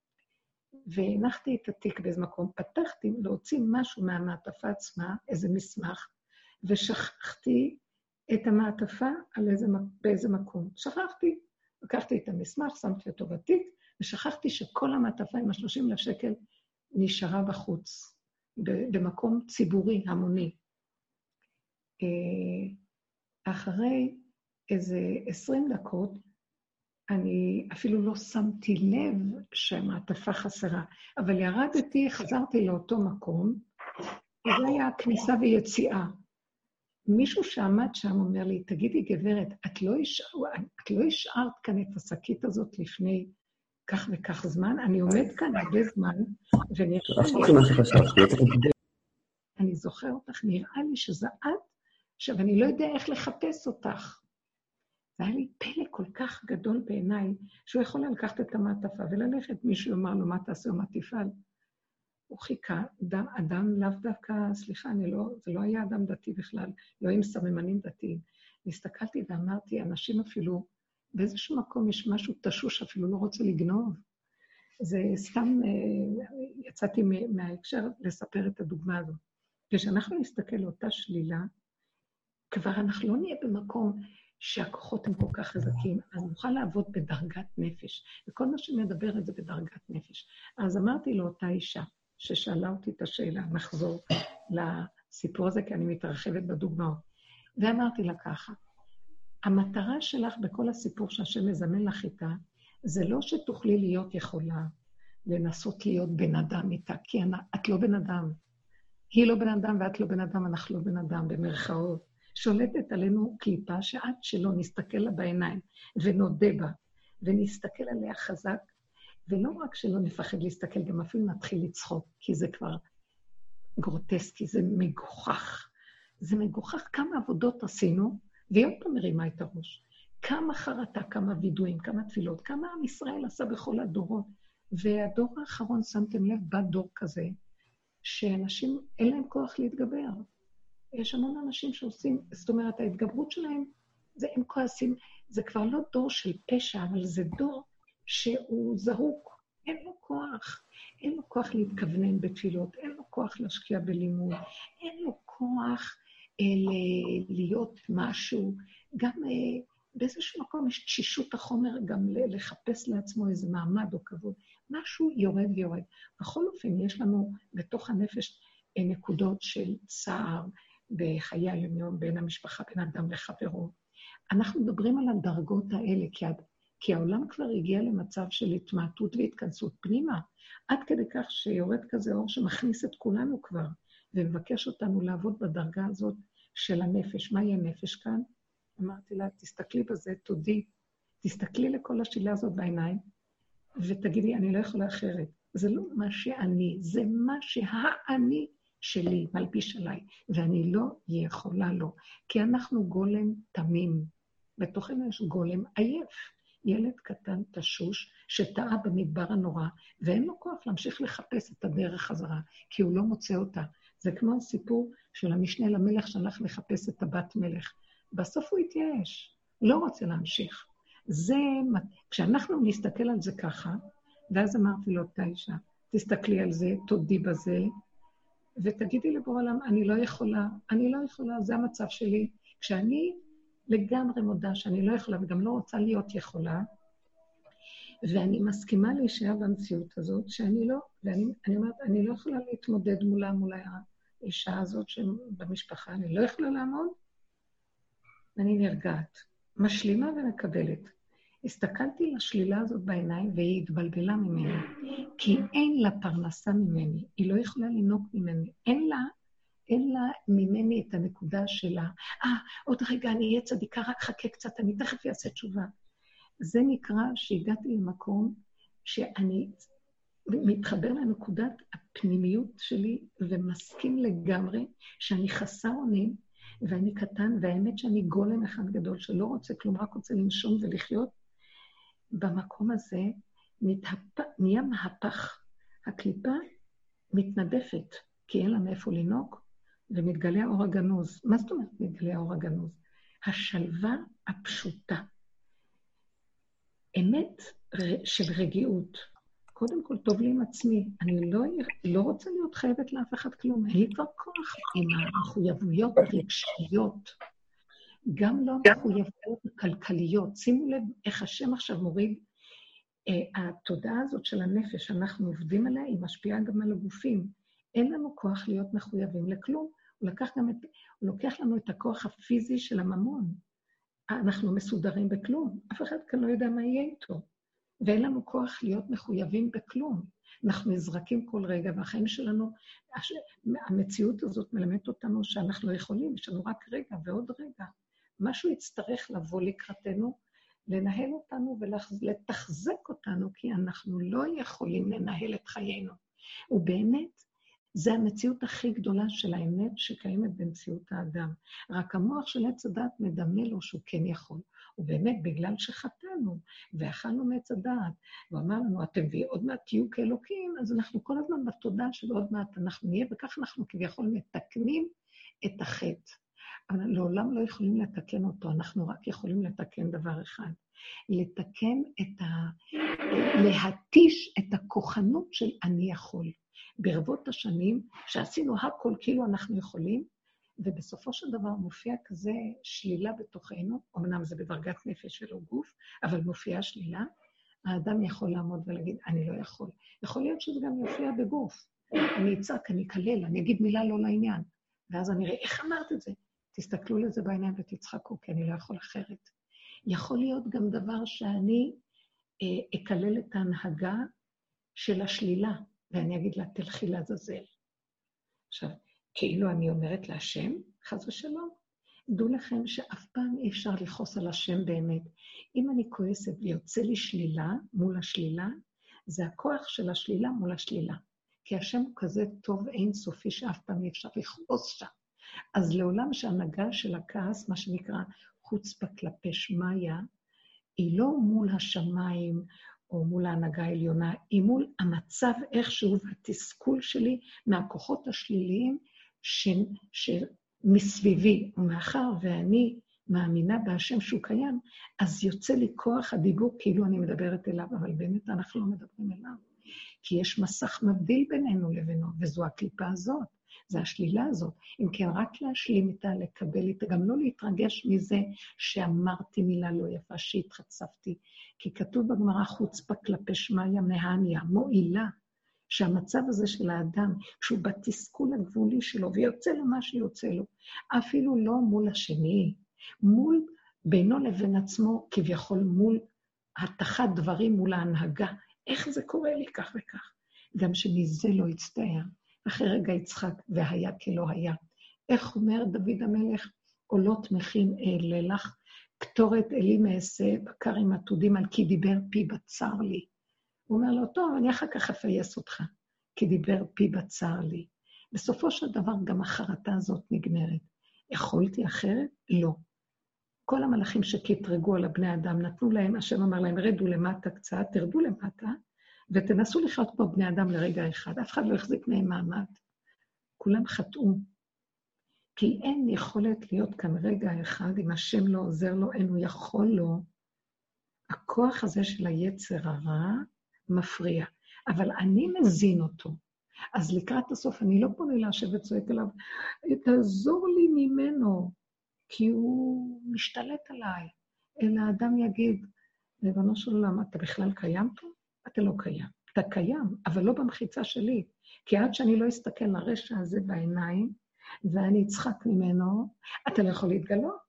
והנחתי את התיק באיזה מקום, פתחתי להוציא משהו מהמעטפה עצמה, איזה מסמך, ושכחתי את המעטפה באיזה מקום. שכחתי, לקחתי את המסמך, שמתי אותו בתיק, ושכחתי שכל המעטפה עם ה-30,000 שקל נשארה בחוץ, במקום ציבורי, המוני. אחרי איזה 20 דקות, אני אפילו לא שמתי לב שהמעטפה חסרה, אבל ירדתי, חזרתי לאותו מקום, וזה היה כניסה ויציאה. מישהו שעמד שם אומר לי, תגידי גברת, את לא השארת כאן את השקית הזאת לפני כך וכך זמן? אני עומד כאן הרבה זמן, אני זוכר אותך, נראה לי שזה את, עכשיו אני לא יודע איך לחפש אותך. זה היה לי פלא כל כך גדול בעיניי, שהוא יכול לקחת את המעטפה וללכת, מישהו אמר לו מה תעשה או מה תפעל. הוא חיכה, אדם לאו דווקא, סליחה, זה לא היה אדם דתי בכלל, לא עם סממנים דתיים. הסתכלתי ואמרתי, אנשים אפילו, באיזשהו מקום יש משהו תשוש, אפילו לא רוצה לגנוב. זה סתם, יצאתי מההקשר לספר את הדוגמה הזאת. כשאנחנו נסתכל לאותה שלילה, כבר אנחנו לא נהיה במקום שהכוחות הם כל כך חזקים, אז נוכל לעבוד בדרגת נפש, וכל מה שמדבר את זה בדרגת נפש. אז אמרתי לאותה אישה, ששאלה אותי את השאלה, נחזור לסיפור הזה, כי אני מתרחבת בדוגמאות. ואמרתי לה ככה, המטרה שלך בכל הסיפור שהשם מזמן לך איתה, זה לא שתוכלי להיות יכולה לנסות להיות בן אדם איתה, כי את לא בן אדם. היא לא בן אדם ואת לא בן אדם, אנחנו לא בן אדם, במרכאות. שולטת עלינו קליפה שעד שלא נסתכל לה בעיניים ונודה בה, ונסתכל עליה חזק, ולא רק שלא נפחד להסתכל, גם אפילו נתחיל לצחוק, כי זה כבר גרוטסקי, זה מגוחך. זה מגוחך כמה עבודות עשינו, והיא עוד פעם מרימה את הראש. כמה חרטה, כמה וידועים, כמה תפילות, כמה עם ישראל עשה בכל הדורות. והדור האחרון, שמתם לב, בא דור כזה, שאנשים אין להם כוח להתגבר. יש המון אנשים שעושים, זאת אומרת, ההתגברות שלהם, זה הם כועסים, זה כבר לא דור של פשע, אבל זה דור שהוא זרוק, אין לו כוח. אין לו כוח להתכוונן בתפילות, אין לו כוח להשקיע בלימוד, אין לו כוח להיות משהו, גם באיזשהו מקום יש תשישות החומר גם לחפש לעצמו איזה מעמד או כבוד, משהו יורד ויורד. בכל אופן, יש לנו בתוך הנפש נקודות של צער בחיי היום בין המשפחה, בין אדם לחברו. אנחנו מדברים על הדרגות האלה, כי העולם כבר הגיע למצב של התמעטות והתכנסות פנימה, עד כדי כך שיורד כזה אור שמכניס את כולנו כבר, ומבקש אותנו לעבוד בדרגה הזאת של הנפש. מהי הנפש כאן? אמרתי לה, תסתכלי בזה, תודי, תסתכלי לכל השאלה הזאת בעיניים, ותגידי, אני לא יכולה אחרת. זה לא מה שאני, זה מה שהאני שלי מלביש עליי, ואני לא יכולה לו, כי אנחנו גולם תמים. בתוכנו יש גולם עייף, ילד קטן תשוש שטעה במדבר הנורא, ואין לו כוח להמשיך לחפש את הדרך חזרה, כי הוא לא מוצא אותה. זה כמו הסיפור של המשנה למלך שהלך לחפש את הבת מלך. בסוף הוא התייאש, לא רוצה להמשיך. זה, כשאנחנו נסתכל על זה ככה, ואז אמרתי לו, אותה אישה, תסתכלי על זה, תודי בזה, ותגידי לבורא עולם, אני לא יכולה, זה המצב שלי. כשאני לגמרי מודה שאני לא יכולה, וגם לא רוצה להיות יכולה, ואני מסכימה להישאר במציאות הזאת, שאני לא, ואני אומרת, אני לא יכולה להתמודד מול האישה הזאת במשפחה, אני לא יכולה לעמוד, ואני נרגעת, משלימה ומקבלת. הסתכלתי לשלילה הזאת בעיניים, והיא התבלבלה ממני, כי אין לה פרנסה ממני, היא לא יכולה לנוק ממני, אין לה ממני את הנקודה שלה, עוד רגע אני אהיה צדיקה, רק חכה קצת, אני תכף אעשה תשובה. זה נקרא שהגעתי למקום שאני מתחבר לנקודת הפנימיות שלי, ומסכים לגמרי שאני חסר אונים, ואני קטן, והאמת שאני גולם אחד גדול, שלא רוצה כלום, רק רוצה לנשום ולחיות. במקום הזה נהיה מהפך. הקליפה מתנדפת, כי אין לה מאיפה לנוק, ומתגלה האור הגנוז. מה זאת אומרת מתגלה האור הגנוז? השלווה הפשוטה. אמת של רגיעות. קודם כל, טוב לי עם עצמי. אני לא רוצה להיות חייבת לאף אחד כלום. אין לי כבר כוח עם המחויבויות הרגשיות. גם לא המחויבויות הכלכליות. שימו לב איך השם עכשיו מוריד. התודעה הזאת של הנפש, אנחנו עובדים עליה, היא משפיעה גם על הגופים. אין לנו כוח להיות מחויבים לכלום. הוא לוקח לנו את הכוח הפיזי של הממון. אנחנו מסודרים בכלום. אף אחד כאן לא יודע מה יהיה איתו. ואין לנו כוח להיות מחויבים בכלום. אנחנו נזרקים כל רגע, והחיים שלנו, המציאות הזאת מלמדת אותנו שאנחנו לא יכולים, יש לנו רק רגע ועוד רגע. משהו יצטרך לבוא לקראתנו, לנהל אותנו ולתחזק אותנו, כי אנחנו לא יכולים לנהל את חיינו. ובאמת, זה המציאות הכי גדולה של האמת שקיימת במציאות האדם. רק המוח של עץ הדעת מדמה לו שהוא כן יכול. ובאמת, בגלל שחטאנו ואכלנו מעץ הדעת, הוא אמר לנו, אתם עוד מעט תהיו כאלוקים, אז אנחנו כל הזמן בתודעה של עוד מעט אנחנו נהיה, וכך אנחנו כביכול מתקנים את החטא. אבל לעולם לא יכולים לתקן אותו, אנחנו רק יכולים לתקן דבר אחד. לתקן להתיש את הכוחנות של אני יכול. ברבות השנים שעשינו הכל כאילו אנחנו יכולים, ובסופו של דבר מופיע כזה שלילה בתוכנו, אמנם זה בדרגת נפש ולא גוף, אבל מופיעה שלילה, האדם יכול לעמוד ולהגיד, אני לא יכול. יכול להיות שזה גם יופיע בגוף. אני אצעק, אני אקלל, אני אגיד מילה לא לעניין. ואז אני אראה, איך אמרת את זה? תסתכלו לזה בעיניים ותצחקו, כי אני לא יכול אחרת. יכול להיות גם דבר שאני אקלל את ההנהגה של השלילה, ואני אגיד לה, תלכי לעזאזל. עכשיו, כאילו אני אומרת להשם, חס ושלום. דעו לכם שאף פעם אי אפשר לכעוס על השם באמת. אם אני כועסת ויוצא לי שלילה מול השלילה, זה הכוח של השלילה מול השלילה. כי השם הוא כזה טוב אין סופי שאף פעם אי אפשר לכעוס שם. אז לעולם שההנהגה של הכעס, מה שנקרא חוצפה כלפי שמיה, היא לא מול השמיים או מול ההנהגה העליונה, היא מול המצב איכשהו והתסכול שלי מהכוחות השליליים שמסביבי. ומאחר ואני מאמינה בהשם שהוא קיים, אז יוצא לי כוח הדיבור כאילו אני מדברת אליו, אבל באמת אנחנו לא מדברים אליו. כי יש מסך מבדיל בינינו לבינו, וזו הקליפה הזאת, זה השלילה הזאת. אם כן, רק להשלים איתה, לקבל איתה, גם לא להתרגש מזה שאמרתי מילה לא יפה, שהתחצפתי. כי כתוב בגמרא חוצפה כלפי שמיה מהניה, מועילה, שהמצב הזה של האדם, שהוא בתסכול הגבולי שלו, ויוצא לו מה שיוצא לו, אפילו לא מול השני, מול בינו לבין עצמו, כביכול מול התחת דברים מול ההנהגה. איך זה קורה לי כך וכך? גם שמזה לא הצטער. אחרי רגע יצחק, והיה כלא היה. איך אומר דוד המלך? עולות מכין לילך, קטורת אלי מעשה, בקר עם עתודים על כי דיבר פי בצר לי. הוא אומר לו, טוב, אני אחר כך אפייס אותך, כי דיבר פי בצר לי. בסופו של דבר גם החרטה הזאת נגמרת. יכולתי אחרת? לא. כל המלאכים שקטרגו על הבני אדם, נתנו להם, השם אמר להם, רדו למטה קצת, תרדו למטה, ותנסו לחיות פה בני אדם לרגע אחד. אף אחד לא יחזיק מהם מעמד. כולם חטאו. כי אין יכולת להיות כאן רגע אחד, אם השם לא עוזר לו, אין הוא יכול לו. הכוח הזה של היצר הרע מפריע. אבל אני מזין אותו. אז לקראת הסוף אני לא פונה להשב וצועק אליו, תעזור לי ממנו, כי הוא משתלט עליי. אלא האדם יגיד, ריבונו של עולם, אתה בכלל קיים פה? אתה לא קיים. אתה קיים, אבל לא במחיצה שלי. כי עד שאני לא אסתכל לרשע הזה בעיניים, ואני אצחק ממנו, אתה לא יכול להתגלות.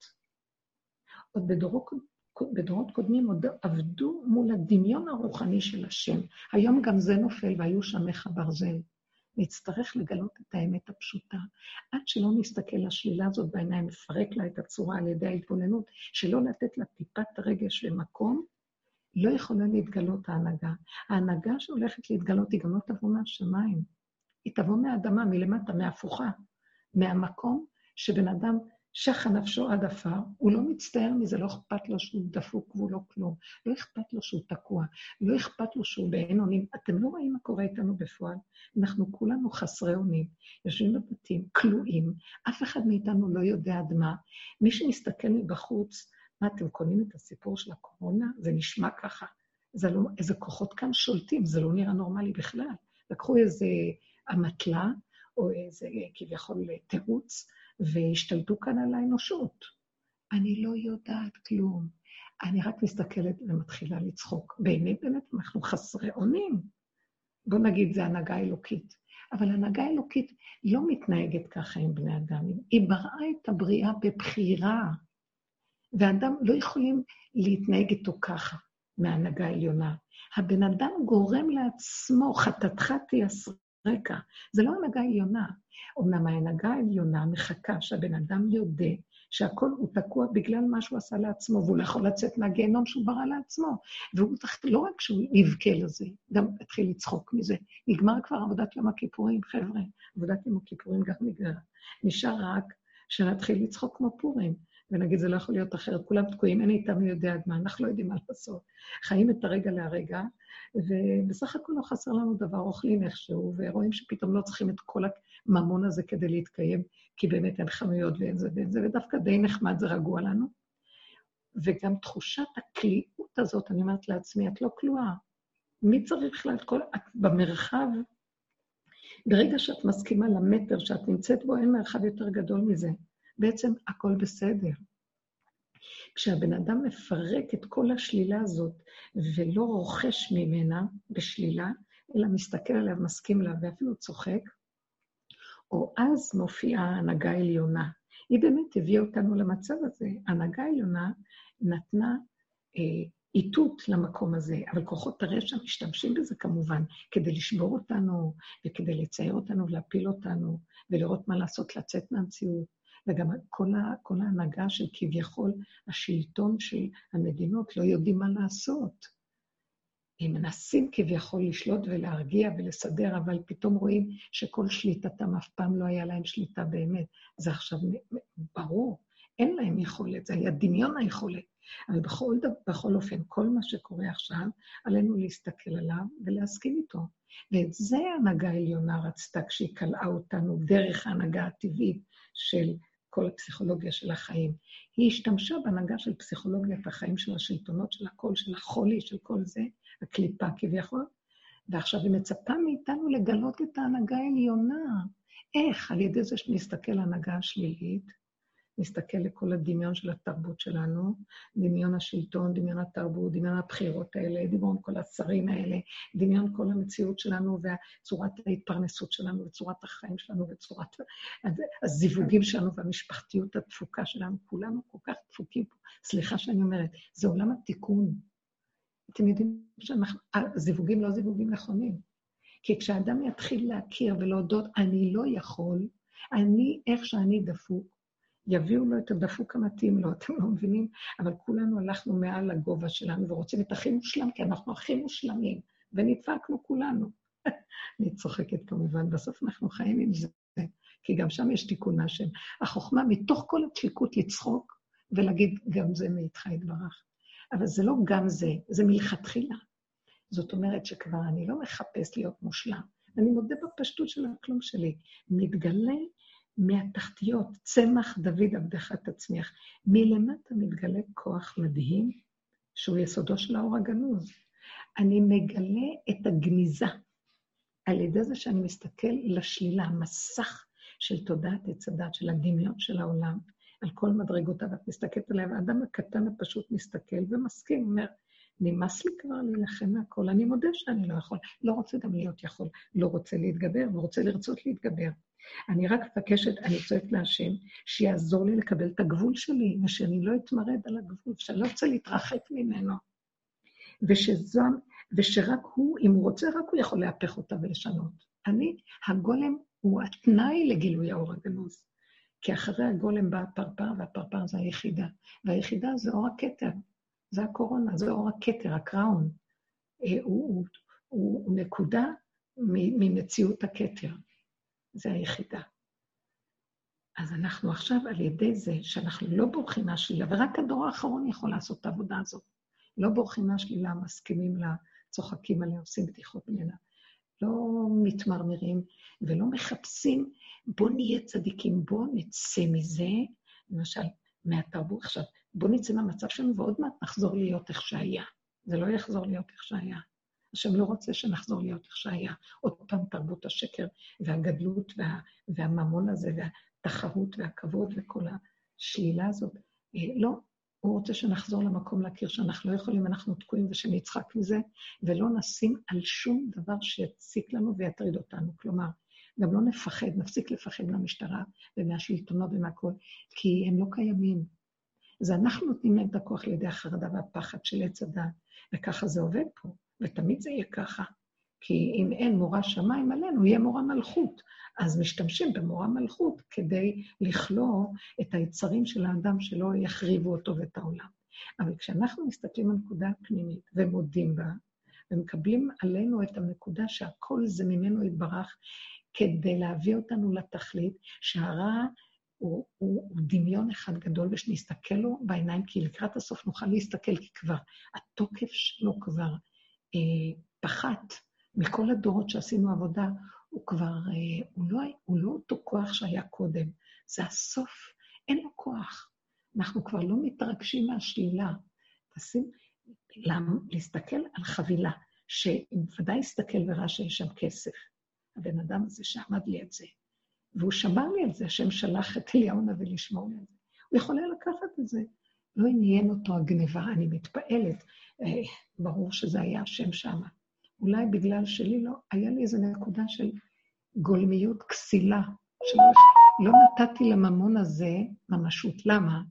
עוד בדורות קודמים עוד עבדו מול הדמיון הרוחני של השם. היום גם זה נופל, והיו שמך ברזל. נצטרך לגלות את האמת הפשוטה. עד שלא נסתכל לשלילה הזאת בעיניים, לפרק לה את הצורה על ידי ההתבוננות, שלא לתת לה טיפת רגש ומקום, לא יכולה להתגלות ההנהגה. ההנהגה שהולכת להתגלות היא גם לא תבוא מהשמיים. היא תבוא מהאדמה, מלמטה, מהפוכה, מהמקום שבן אדם שחה נפשו עד אפר, הוא לא מצטער מזה, לא אכפת לו שהוא דפוק והוא לא כלום, לא אכפת לו שהוא תקוע, לא אכפת לו שהוא באין אונים. אתם לא רואים מה קורה איתנו בפועל? אנחנו כולנו חסרי אונים, יושבים בבתים, כלואים, אף אחד מאיתנו לא יודע עד מה. מי שמסתכל מבחוץ, מה, אתם קונים את הסיפור של הקורונה? זה נשמע ככה. זה לא, איזה כוחות כאן שולטים, זה לא נראה נורמלי בכלל. לקחו איזה המטלה, או איזה כביכול תירוץ, והשתלטו כאן על האנושות. אני לא יודעת כלום. אני רק מסתכלת ומתחילה לצחוק. באמת, אנחנו חסרי אונים. בוא נגיד, זה הנהגה אלוקית. אבל הנהגה אלוקית לא מתנהגת ככה עם בני אדם. היא בראה את הבריאה בבחירה. ואדם לא יכולים להתנהג איתו ככה מההנהגה העליונה. הבן אדם גורם לעצמו, חטאתך תייסרקה. זה לא הנהגה עליונה. אומנם ההנהגה העליונה מחכה שהבן אדם יודע שהכל הוא תקוע בגלל מה שהוא עשה לעצמו, והוא לא יכול לצאת מהגיהנום שהוא ברא לעצמו. והוא לא רק שהוא יבכה לזה, גם התחיל לצחוק מזה. נגמר כבר עבודת יום הכיפורים, חבר'ה. עבודת יום הכיפורים גם נגמרה. נשאר רק שנתחיל לצחוק כמו פורים. ונגיד, זה לא יכול להיות אחרת, כולם תקועים, אין איתנו יודע עד מה, אנחנו לא יודעים מה לעשות. חיים את הרגע להרגע, ובסך הכל לא חסר לנו דבר, אוכלים איכשהו, ורואים שפתאום לא צריכים את כל הממון הזה כדי להתקיים, כי באמת אין חנויות ואין זה ואין זה, ודווקא די נחמד, זה רגוע לנו. וגם תחושת הכליאות הזאת, אני אומרת לעצמי, את לא כלואה. מי צריך לה את כל... את במרחב, ברגע שאת מסכימה למטר שאת נמצאת בו, אין מרחב יותר גדול מזה. בעצם הכל בסדר. כשהבן אדם מפרק את כל השלילה הזאת, ולא רוכש ממנה בשלילה, אלא מסתכל עליה, מסכים לה, ואפילו צוחק, או אז מופיעה ההנהגה העליונה. היא באמת הביאה אותנו למצב הזה. ההנהגה העליונה נתנה, איתות למקום הזה, אבל כוחות הרשע משתמשים בזה כמובן, כדי לשבור אותנו, וכדי לצייר אותנו ולהפיל אותנו, ולראות מה לעשות לצאת מהמציאות. וגם כל ההנהגה של כביכול השלטון של המדינות לא יודעים מה לעשות. הם מנסים כביכול לשלוט ולהרגיע ולסדר, אבל פתאום רואים שכל שליטתם אף פעם לא היה להם שליטה באמת. זה עכשיו ברור, אין להם יכולת, זה היה דמיון היכולת. אבל בכל אופן, כל מה שקורה עכשיו, עלינו להסתכל עליו ולהסכים איתו. ואת זה ההנהגה העליונה רצתה כשהיא קלעה אותנו דרך ההנהגה הטבעית של כל הפסיכולוגיה של החיים. היא השתמשה בהנהגה של פסיכולוגיית החיים של השלטונות, של הכל, של החולי, של כל זה, הקליפה כביכול, ועכשיו היא מצפה מאיתנו לגלות את ההנהגה העליונה. איך? על ידי זה שנסתכל על ההנהגה השלילית, נסתכל לכל הדמיון של התרבות שלנו, דמיון השלטון, דמיון התרבות, דמיון הבחירות האלה, דמיון כל השרים האלה, דמיון כל המציאות שלנו וצורת ההתפרנסות שלנו וצורת החיים שלנו וצורת הזיווגים שלנו והמשפחתיות התפוקה שלנו, כולנו כל כך דפוקים פה. סליחה שאני אומרת, זה עולם התיקון. אתם יודעים שהזיווגים לא זיווגים נכונים. כי כשאדם יתחיל להכיר ולהודות, אני לא יכול, אני איך שאני דפוק, יביאו לו את הדפוק המתאים לו, אתם לא מבינים? אבל כולנו הלכנו מעל הגובה שלנו ורוצים את הכי מושלם, כי אנחנו הכי מושלמים, ונדפקנו כולנו. אני צוחקת כמובן, בסוף אנחנו חיים עם זה, כי גם שם יש תיקון מהשם. החוכמה מתוך כל הדפיקות לצחוק, ולהגיד גם זה מאיתך יתברך. אבל זה לא גם זה, זה מלכתחילה. זאת אומרת שכבר אני לא מחפש להיות מושלם, אני מודה בפשטות של הכלום שלי, מתגלה מהתחתיות, צמח דוד עבדך תצמיח, מלמטה מתגלה כוח מדהים, שהוא יסודו של האור הגנוז. אני מגלה את הגניזה, על ידי זה שאני מסתכל לשלילה, מסך של תודעת הצדת, של הדמיון של העולם, על כל מדרגותיו, את מסתכלת עליה, האדם הקטן הפשוט מסתכל ומסכים, אומר, נמאס לי כבר להילחם מהכל, אני מודה שאני לא יכול, לא רוצה גם להיות יכול, לא רוצה להתגבר, לא רוצה לרצות להתגבר. אני רק מבקשת, אני צועקת להשם, שיעזור לי לקבל את הגבול שלי, ושאני לא אתמרד על הגבול, שאני לא רוצה להתרחק ממנו, ושרק הוא, אם הוא רוצה, רק הוא יכול להפך אותה ולשנות. הגולם הוא התנאי לגילוי האור הגנוז, כי אחרי הגולם בא הפרפר, והפרפר זה היחידה, והיחידה זה אור הכתר, זה הקורונה, זה אור הכתר, הקראון, הוא נקודה ממציאות הכתר. זה היחידה. אז אנחנו עכשיו על ידי זה שאנחנו לא בורחים מהשלילה, ורק הדור האחרון יכול לעשות את העבודה הזאת. לא בורחים מהשלילה, מסכימים לה, צוחקים עליה, עושים בדיחות ממנה. לא מתמרמרים ולא מחפשים, בוא נהיה צדיקים, בוא נצא מזה, למשל, מהתרבות עכשיו, בוא נצא מהמצב שלנו ועוד מעט נחזור להיות איך שהיה. זה לא יחזור להיות איך שהיה. השם לא רוצה שנחזור להיות איך שהיה. עוד פעם תרבות השקר והגדלות והממון הזה והתחרות והכבוד וכל השלילה הזאת. לא, הוא רוצה שנחזור למקום להכיר שאנחנו לא יכולים, אנחנו תקועים ושנצחק מזה, ולא נשים על שום דבר שיציק לנו ויטריד אותנו. כלומר, גם לא נפחד, נפסיק לפחד מהמשטרה ומהשלטונות ומהכל, כי הם לא קיימים. זה אנחנו נותנים להם את הכוח לידי החרדה והפחד של עץ הדת, וככה זה עובד פה. ותמיד זה יהיה ככה, כי אם אין מורה שמיים עלינו, יהיה מורה מלכות. אז משתמשים במורה מלכות כדי לכלוא את היצרים של האדם שלא יחריבו אותו ואת העולם. אבל כשאנחנו מסתכלים על נקודה פנימית ומודים בה, ומקבלים עלינו את הנקודה שהכל זה ממנו יתברך, כדי להביא אותנו לתכלית, שהרע הוא דמיון אחד גדול, ושנסתכל לו בעיניים, כי לקראת הסוף נוכל להסתכל, כי כבר התוקף שלו כבר פחת מכל הדורות שעשינו עבודה, הוא לא אותו כוח שהיה קודם, זה הסוף, אין לו כוח. אנחנו כבר לא מתרגשים מהשלילה. להסתכל על חבילה, שוודאי הסתכל וראה שיש שם כסף. הבן אדם הזה שעמד לי את זה, והוא שמר לי את זה, השם שלח את אליהו הנביא לשמור לי את זה. הוא יכול היה לקחת את זה. לא עניין אותו הגניבה, אני מתפעלת. ברור שזה היה השם שמה. אולי בגלל שלי לא, היה לי איזו נקודה של גולמיות כסילה, שלא נתתי לממון הזה ממשות. למה?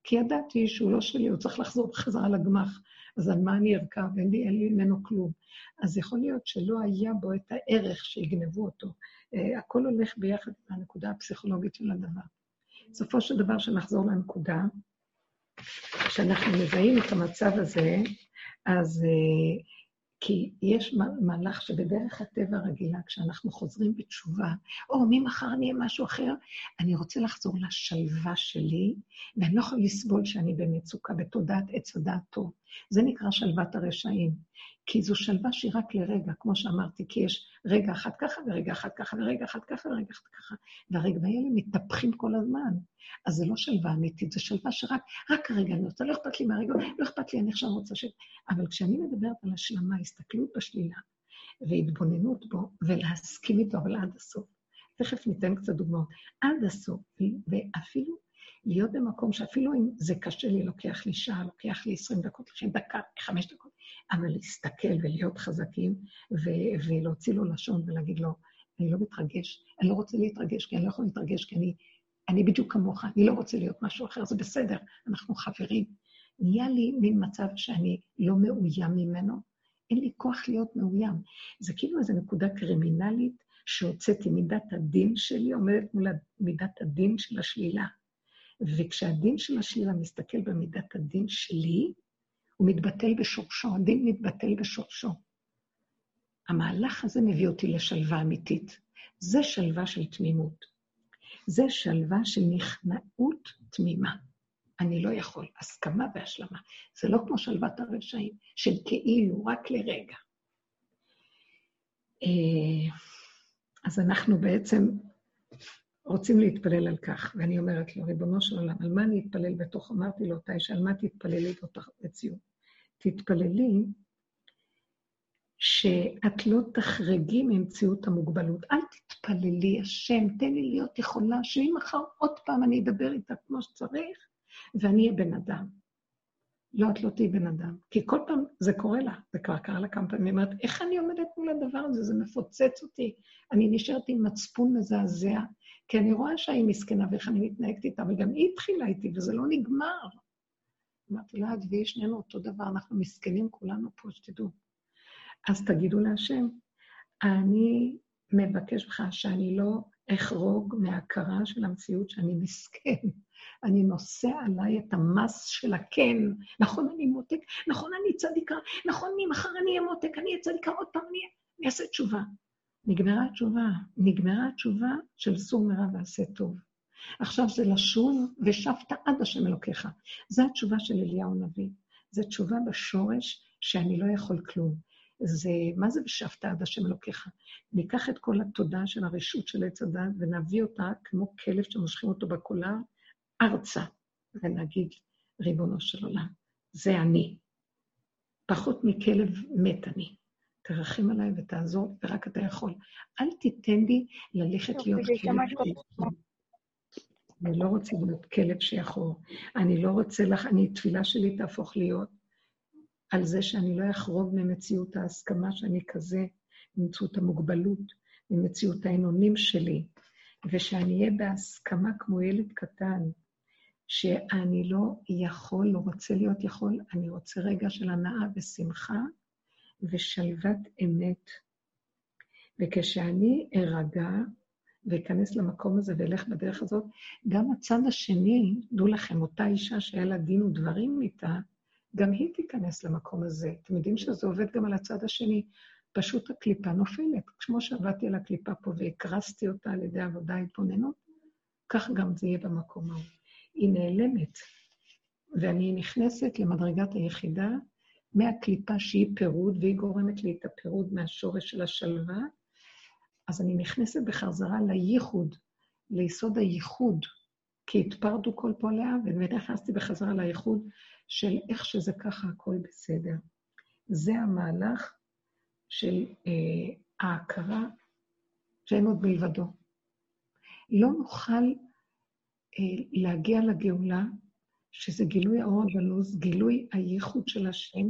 כי ידעתי שהוא לא שלי, הוא צריך לחזור בחזרה לגמח, אז על מה אני ארכב? אין לי ממנו כלום. אז יכול להיות שלא היה בו את הערך שיגנבו אותו. הכל הולך ביחד לנקודה הפסיכולוגית של הדבר. בסופו של דבר שנחזור לנקודה, כשאנחנו מזהים את המצב הזה, אז כי יש מהלך שבדרך הטבע הרגילה, כשאנחנו חוזרים בתשובה, או ממחר אני אהיה משהו אחר, אני רוצה לחזור לשלווה שלי, ואני לא יכול לסבול שאני במצוקה, בתודעת עץ הדעת טוב. זה נקרא שלוות הרשעים, כי זו שלווה שהיא רק לרגע, כמו שאמרתי, כי יש רגע אחד ככה, ורגע אחד ככה, ורגע אחד ככה, ורגע אחד ככה, והרגעים האלה מתהפכים כל הזמן. אז זה לא שלווה אמיתית, זה שלווה שרק הרגע אני רוצה, לא אכפת לי מהרגע, לא אכפת לי, אני עכשיו רוצה אבל כשאני מדברת על השלמה, הסתכלות בשלילה, והתבוננות בו, ולהסכים איתו, אבל עד הסוף. תכף ניתן קצת דוגמאות. עד הסוף, ואפילו להיות במקום שאפילו אם זה קשה לי, לוקח לי שעה, לוקח לי 20 דקות, לכן דקה, 5 דקות, אבל להסתכל ולהיות חזקים, ולהוציא לו לשון ולהגיד לו, אני לא מתרגש, אני לא רוצה להתרגש, כי אני לא יכול להתרגש, כי אני בדיוק כמוך, אני לא רוצה להיות משהו אחר, זה בסדר, אנחנו חברים. נהיה לי מין מצב שאני לא מאוים ממנו, אין לי כוח להיות מאוים. זה כאילו איזו נקודה קרימינלית שהוצאתי מידת הדין שלי, עומדת מול מידת הדין של השלילה. וכשהדין של השלילה מסתכל במידת הדין שלי, הוא מתבטל בשורשו, הדין מתבטל בשורשו. המהלך הזה מביא אותי לשלווה אמיתית. זה שלווה של תמימות. זה שלווה של נכנעות תמימה. אני לא יכול, הסכמה והשלמה. זה לא כמו שלוות הרשעים, של כאילו, רק לרגע. אז אנחנו בעצם רוצים להתפלל על כך, ואני אומרת לו, ריבונו של עולם, על מה אני אתפלל בתוך? אמרתי לו, תאישה, על מה תתפללי בתוך מציאות? תתפללי שאת לא תחרגי ממציאות המוגבלות. אל תתפללי, השם, תן לי להיות יכולה, שאם מחר עוד פעם אני אדבר איתה כמו שצריך, ואני אהיה בן אדם. לא, את לא תהי בן אדם. כי כל פעם זה קורה לה, זה כבר קרה לה כמה פעמים, אומרת, איך אני עומדת מול הדבר הזה? זה מפוצץ אותי. אני נשארת עם מצפון מזעזע, כי אני רואה שהיא מסכנה ואיך אני מתנהגת איתה, אבל גם היא התחילה איתי, וזה לא נגמר. אמרתי לה, עדבי, שנינו אותו דבר, אנחנו מסכנים כולנו פה, שתדעו. אז תגידו להשם, אני מבקש לך שאני לא אחרוג מההכרה של המציאות שאני מסכן. אני נושא עליי את המס של הכן. נכון, אני מותק, נכון, אני צדיקה, נכון, ממחר אני אהיה מותק, אני אהיה צדיקה, עוד פעם אני אעשה תשובה. נגמרה התשובה של סור מרע ועשה טוב. עכשיו זה לשוב ושבת עד השם אלוקיך. זו התשובה של אליהו הנביא. זו תשובה בשורש שאני לא יכול כלום. מה זה ושבת עד השם אלוקיך? ניקח את כל התודה של הרשות של עץ הדת ונביא אותה כמו כלב שמושכים אותו בקולר, ארצה, ונגיד, ריבונו של עולם, זה אני. פחות מכלב מת אני. תרחם עליי ותעזור, ורק אתה יכול. אל תיתן לי ללכת להיות כלב שיחור. אני לא רוצה להיות כלב שיחור. אני לא רוצה לך, תפילה שלי תהפוך להיות על זה שאני לא אחרוג ממציאות ההסכמה שאני כזה, ממציאות המוגבלות, ממציאות העינונים שלי, ושאני אהיה בהסכמה כמו ילד קטן, שאני לא יכול, לא רוצה להיות יכול, אני רוצה רגע של הנאה ושמחה ושלוות אמת. וכשאני ארגע ואכנס למקום הזה ואלך בדרך הזאת, גם הצד השני, דעו לכם, אותה אישה שהיה לה דין ודברים איתה, גם היא תיכנס למקום הזה. אתם יודעים שזה עובד גם על הצד השני, פשוט הקליפה נופלת. כמו שעבדתי על הקליפה פה והקרסתי אותה על ידי עבודה התבוננות, כך גם זה יהיה במקום ההוא. היא נעלמת, ואני נכנסת למדרגת היחידה, מהקליפה שהיא פירוד, והיא גורמת לי את הפירוד מהשורש של השלווה, אז אני נכנסת בחזרה לייחוד, ליסוד הייחוד, כי התפרדו כל פועליה, ונכנסתי בחזרה לייחוד של איך שזה ככה, הכל בסדר. זה המהלך של ההכרה שאין עוד מלבדו. לא נוכל להגיע לגאולה, שזה גילוי האור הגנוז, גילוי הייחוד של השם,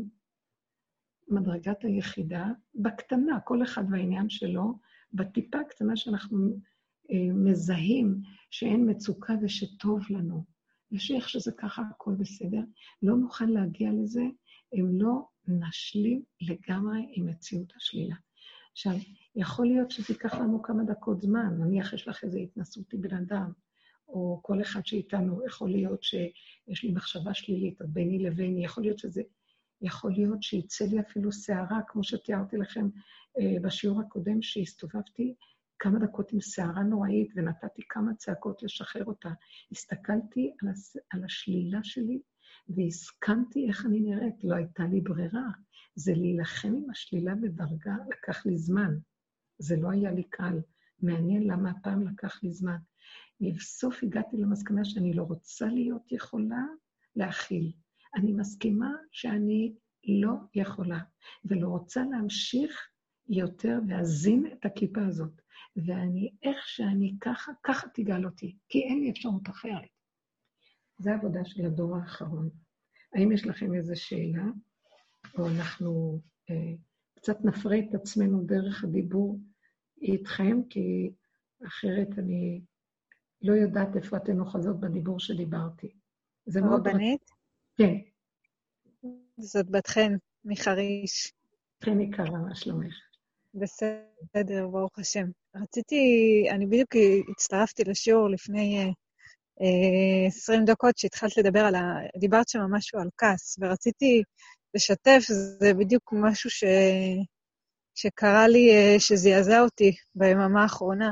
מדרגת היחידה, בקטנה, כל אחד והעניין שלו, בטיפה הקטנה שאנחנו מזהים שאין מצוקה ושטוב לנו, נשאיר שזה ככה, הכל בסדר. לא נוכל להגיע לזה אם לא נשלים לגמרי עם מציאות השלילה. עכשיו, יכול להיות שזה ייקח לנו כמה דקות זמן, נניח יש לך איזו התנסות עם בן אדם, או כל אחד שאיתנו, יכול להיות שיש לי מחשבה שלילית, אז ביני לביני, יכול להיות שיצא לי אפילו שערה, כמו שתיארתי לכם בשיעור הקודם, שהסתובבתי כמה דקות עם שערה נוראית, ונתתי כמה צעקות לשחרר אותה. הסתכלתי על השלילה שלי, והסכמתי איך אני נראית, לא הייתה לי ברירה. זה להילחם עם השלילה בדרגה, לקח לי זמן. זה לא היה לי קל. מעניין למה הפעם לקח לי זמן. לבסוף הגעתי למסקנה שאני לא רוצה להיות יכולה להכיל. אני מסכימה שאני לא יכולה, ולא רוצה להמשיך יותר להזין את הקליפה הזאת. ואני, איך שאני ככה תגאל אותי, כי אין לי אפשרות אחרת. זו העבודה של הדור האחרון. האם יש לכם איזו שאלה? או אנחנו קצת נפרה את עצמנו דרך הדיבור איתכם, כי אחרת אני לא יודעת איפה אתן אוחזות בדיבור שדיברתי. זה מאוד רבנית? כן. זאת בת חן, מחריש. חן יקרה, מה שלומך? בסדר, ברוך השם. אני בדיוק הצטרפתי לשיעור לפני 20 דקות שהתחלת לדבר דיברת שם משהו על כעס, ורציתי לשתף, זה בדיוק משהו שקרה לי, שזעזע אותי ביממה האחרונה,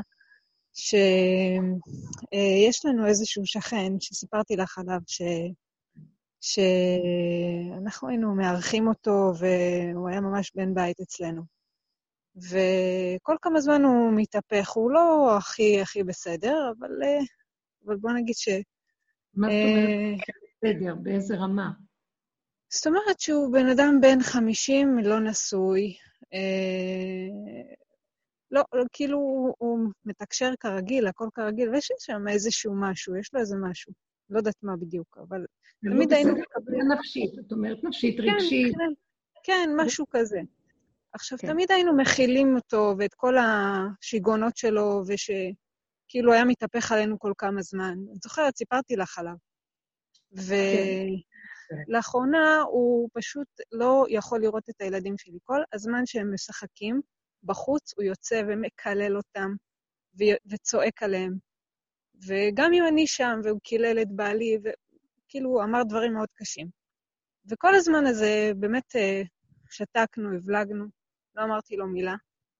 שיש לנו איזשהו שכן שסיפרתי לך עליו, שאנחנו היינו מארחים אותו, והוא היה ממש בן בית אצלנו. וכל כמה זמן הוא מתהפך, הוא לא הכי בסדר, אבל בוא נגיד מה זאת אומרת בסדר? באיזה רמה? זאת אומרת שהוא בן אדם בן 50, לא נשוי, לא, כאילו הוא מתקשר כרגיל, הכל כרגיל, ויש שם איזשהו משהו, יש לו איזה משהו, לא יודעת מה בדיוק, אבל תמיד היינו מקבלים... נפשית, זאת אומרת נפשית, רגשית. כן, משהו כזה. עכשיו, תמיד היינו מכילים אותו ואת כל השיגונות שלו, ושכאילו היה מתהפך עלינו כל כמה זמן. אני זוכרת, סיפרתי לך עליו. ולאחרונה הוא פשוט לא יכול לראות את הילדים שלי. כל הזמן שהם משחקים בחוץ, הוא יוצא ומקלל אותם וצועק עליהם. וגם אם אני שם, והוא קילל את בעלי, וכאילו הוא אמר דברים מאוד קשים. וכל הזמן הזה באמת שתקנו, הבלגנו. לא אמרתי לו מילה.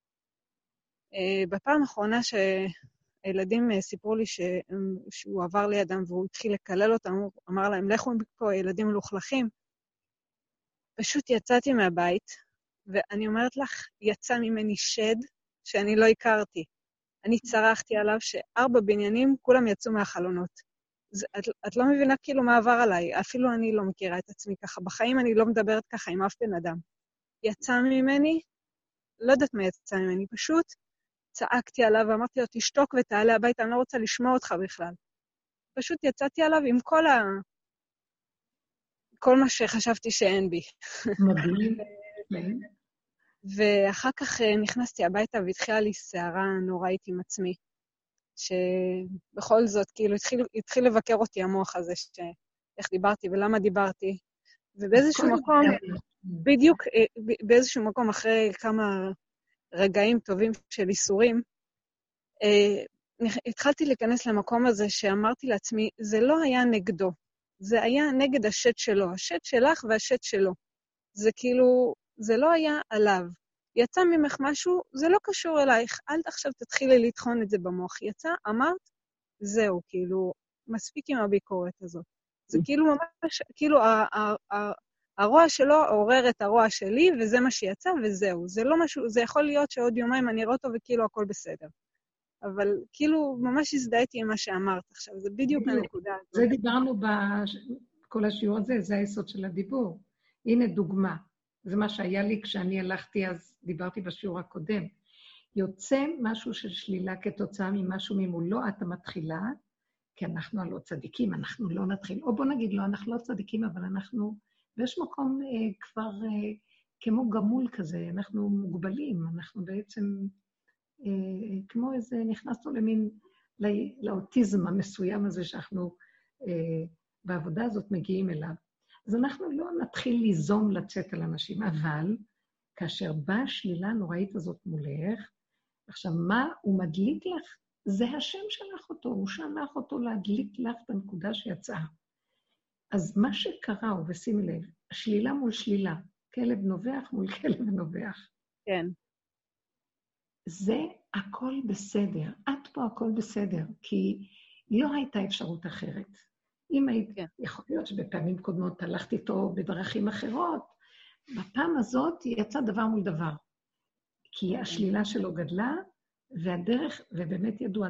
בפעם האחרונה שהילדים סיפרו לי שהוא עבר לידם והוא התחיל לקלל אותם, הוא אמר להם, לכו פה, ילדים מלוכלכים. פשוט יצאתי מהבית, ואני אומרת לך, יצא ממני שד שאני לא הכרתי. אני צרחתי עליו ש4 בניינים, כולם יצאו מהחלונות. את לא מבינה כאילו מה עבר עליי, אפילו אני לא מכירה את עצמי ככה. בחיים אני לא מדברת ככה עם אף בן אדם. יצא ממני, לא יודעת מה יצא ממני, פשוט צעקתי עליו ואמרתי לו, תשתוק ותעלה הביתה, אני לא רוצה לשמוע אותך בכלל. פשוט יצאתי עליו עם כל מה שחשבתי שאין בי. מדהים. ואחר כך נכנסתי הביתה והתחילה לי שערה נוראית עם עצמי, שבכל זאת, כאילו, התחיל לבקר אותי המוח הזה, איך דיברתי ולמה דיברתי, ובאיזשהו מקום, בדיוק באיזשהו מקום, אחרי כמה רגעים טובים של איסורים, התחלתי להיכנס למקום הזה שאמרתי לעצמי, זה לא היה נגדו, זה היה נגד השד שלו, השד שלך והשד שלו. זה כאילו, זה לא היה עליו. יצא ממך משהו, זה לא קשור אלייך, אל עכשיו תתחילי לטחון את זה במוח. יצא, אמרת, זהו, כאילו, מספיק עם הביקורת הזאת. זה כאילו ממש, כאילו, הרוע שלו עורר את הרוע שלי, וזה מה שיצא, וזהו. זה לא משהו, זה יכול להיות שעוד יומיים אני אראה אותו, וכאילו הכל בסדר. אבל כאילו, ממש הזדהיתי עם מה שאמרת עכשיו, זה בדיוק הנקודה הזאת. זה דיברנו בכל השיעור הזה, זה היסוד של הדיבור. הנה דוגמה. זה מה שהיה לי כשאני הלכתי, אז דיברתי בשיעור הקודם. יוצא משהו של שלילה כתוצאה ממשהו ממולו, אתה מתחילה, כי אנחנו הלא צדיקים, אנחנו לא נתחיל, או בוא נגיד, לא, אנחנו לא צדיקים, אבל אנחנו, ויש מקום כבר כמו גמול כזה, אנחנו מוגבלים, אנחנו בעצם כמו איזה, נכנסנו למין, לאוטיזם המסוים הזה שאנחנו בעבודה הזאת מגיעים אליו. אז אנחנו לא נתחיל ליזום לצאת על אנשים, אבל כאשר באה השלילה הנוראית הזאת מולך, עכשיו מה הוא מדליק לך? זה השם שלח אותו, הוא שלח אותו להדליק לך בנקודה שיצאה. אז מה שקרה, ושימי לב, השלילה מול שלילה, כלב נובח מול כלב נובח. כן. זה הכל בסדר, את פה הכל בסדר, כי לא הייתה אפשרות אחרת. אם היית, כן. יכול להיות שבפעמים קודמות הלכת איתו בדרכים אחרות, בפעם הזאת יצא דבר מול דבר. כי השלילה שלו גדלה, והדרך, ובאמת ידוע,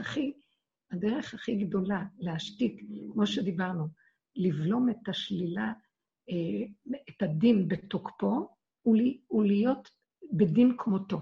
הדרך הכי גדולה להשתיק, כמו שדיברנו, לבלום את השלילה, את הדין בתוקפו, הוא להיות בדין כמותו.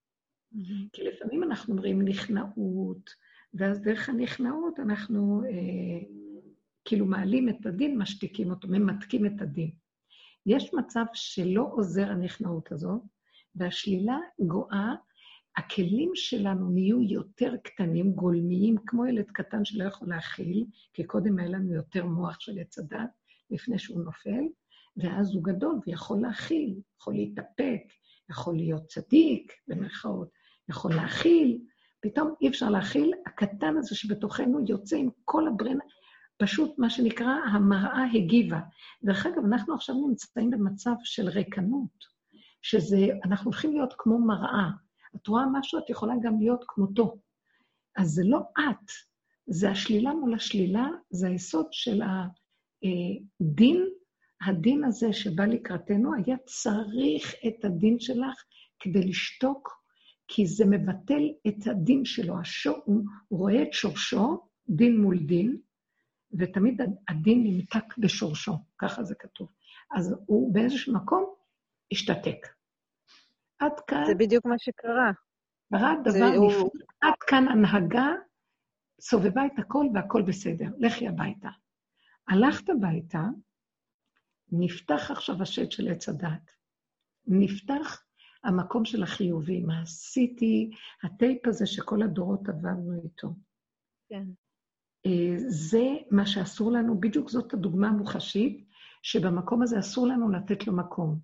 כי לפעמים אנחנו אומרים נכנעות, ואז דרך הנכנעות אנחנו כאילו מעלים את הדין, משתיקים אותו, ממתקים את הדין. יש מצב שלא עוזר הנכנעות הזאת, והשלילה גואה, הכלים שלנו נהיו יותר קטנים, גולמיים, כמו ילד קטן שלא יכול להכיל, כי קודם היה לנו יותר מוח של עץ הדת, לפני שהוא נופל, ואז הוא גדול ויכול להכיל, יכול להתאפק, יכול להיות צדיק, במרכאות, יכול להכיל, פתאום אי אפשר להכיל, הקטן הזה שבתוכנו יוצא עם כל הברנה, פשוט מה שנקרא המראה הגיבה. דרך אגב, אנחנו עכשיו נמצאים במצב של ריקנות, שזה, אנחנו הולכים להיות כמו מראה, את רואה משהו, את יכולה גם להיות כמותו. אז זה לא את, זה השלילה מול השלילה, זה היסוד של הדין, הדין הזה שבא לקראתנו, היה צריך את הדין שלך כדי לשתוק, כי זה מבטל את הדין שלו, הוא רואה את שורשו, דין מול דין, ותמיד הדין נמתק בשורשו, ככה זה כתוב. אז הוא באיזשהו מקום השתתק. עד כאן... זה בדיוק מה שקרה. קרה דבר נפלא. עד כאן הנהגה סובבה את הכל והכל בסדר. לכי הביתה. הלכת הביתה, נפתח עכשיו השד של עץ הדת. נפתח המקום של החיובי. מה עשיתי? הטייפ הזה שכל הדורות עברנו איתו. כן. זה מה שאסור לנו, בדיוק זאת הדוגמה המוחשית, שבמקום הזה אסור לנו לתת לו מקום.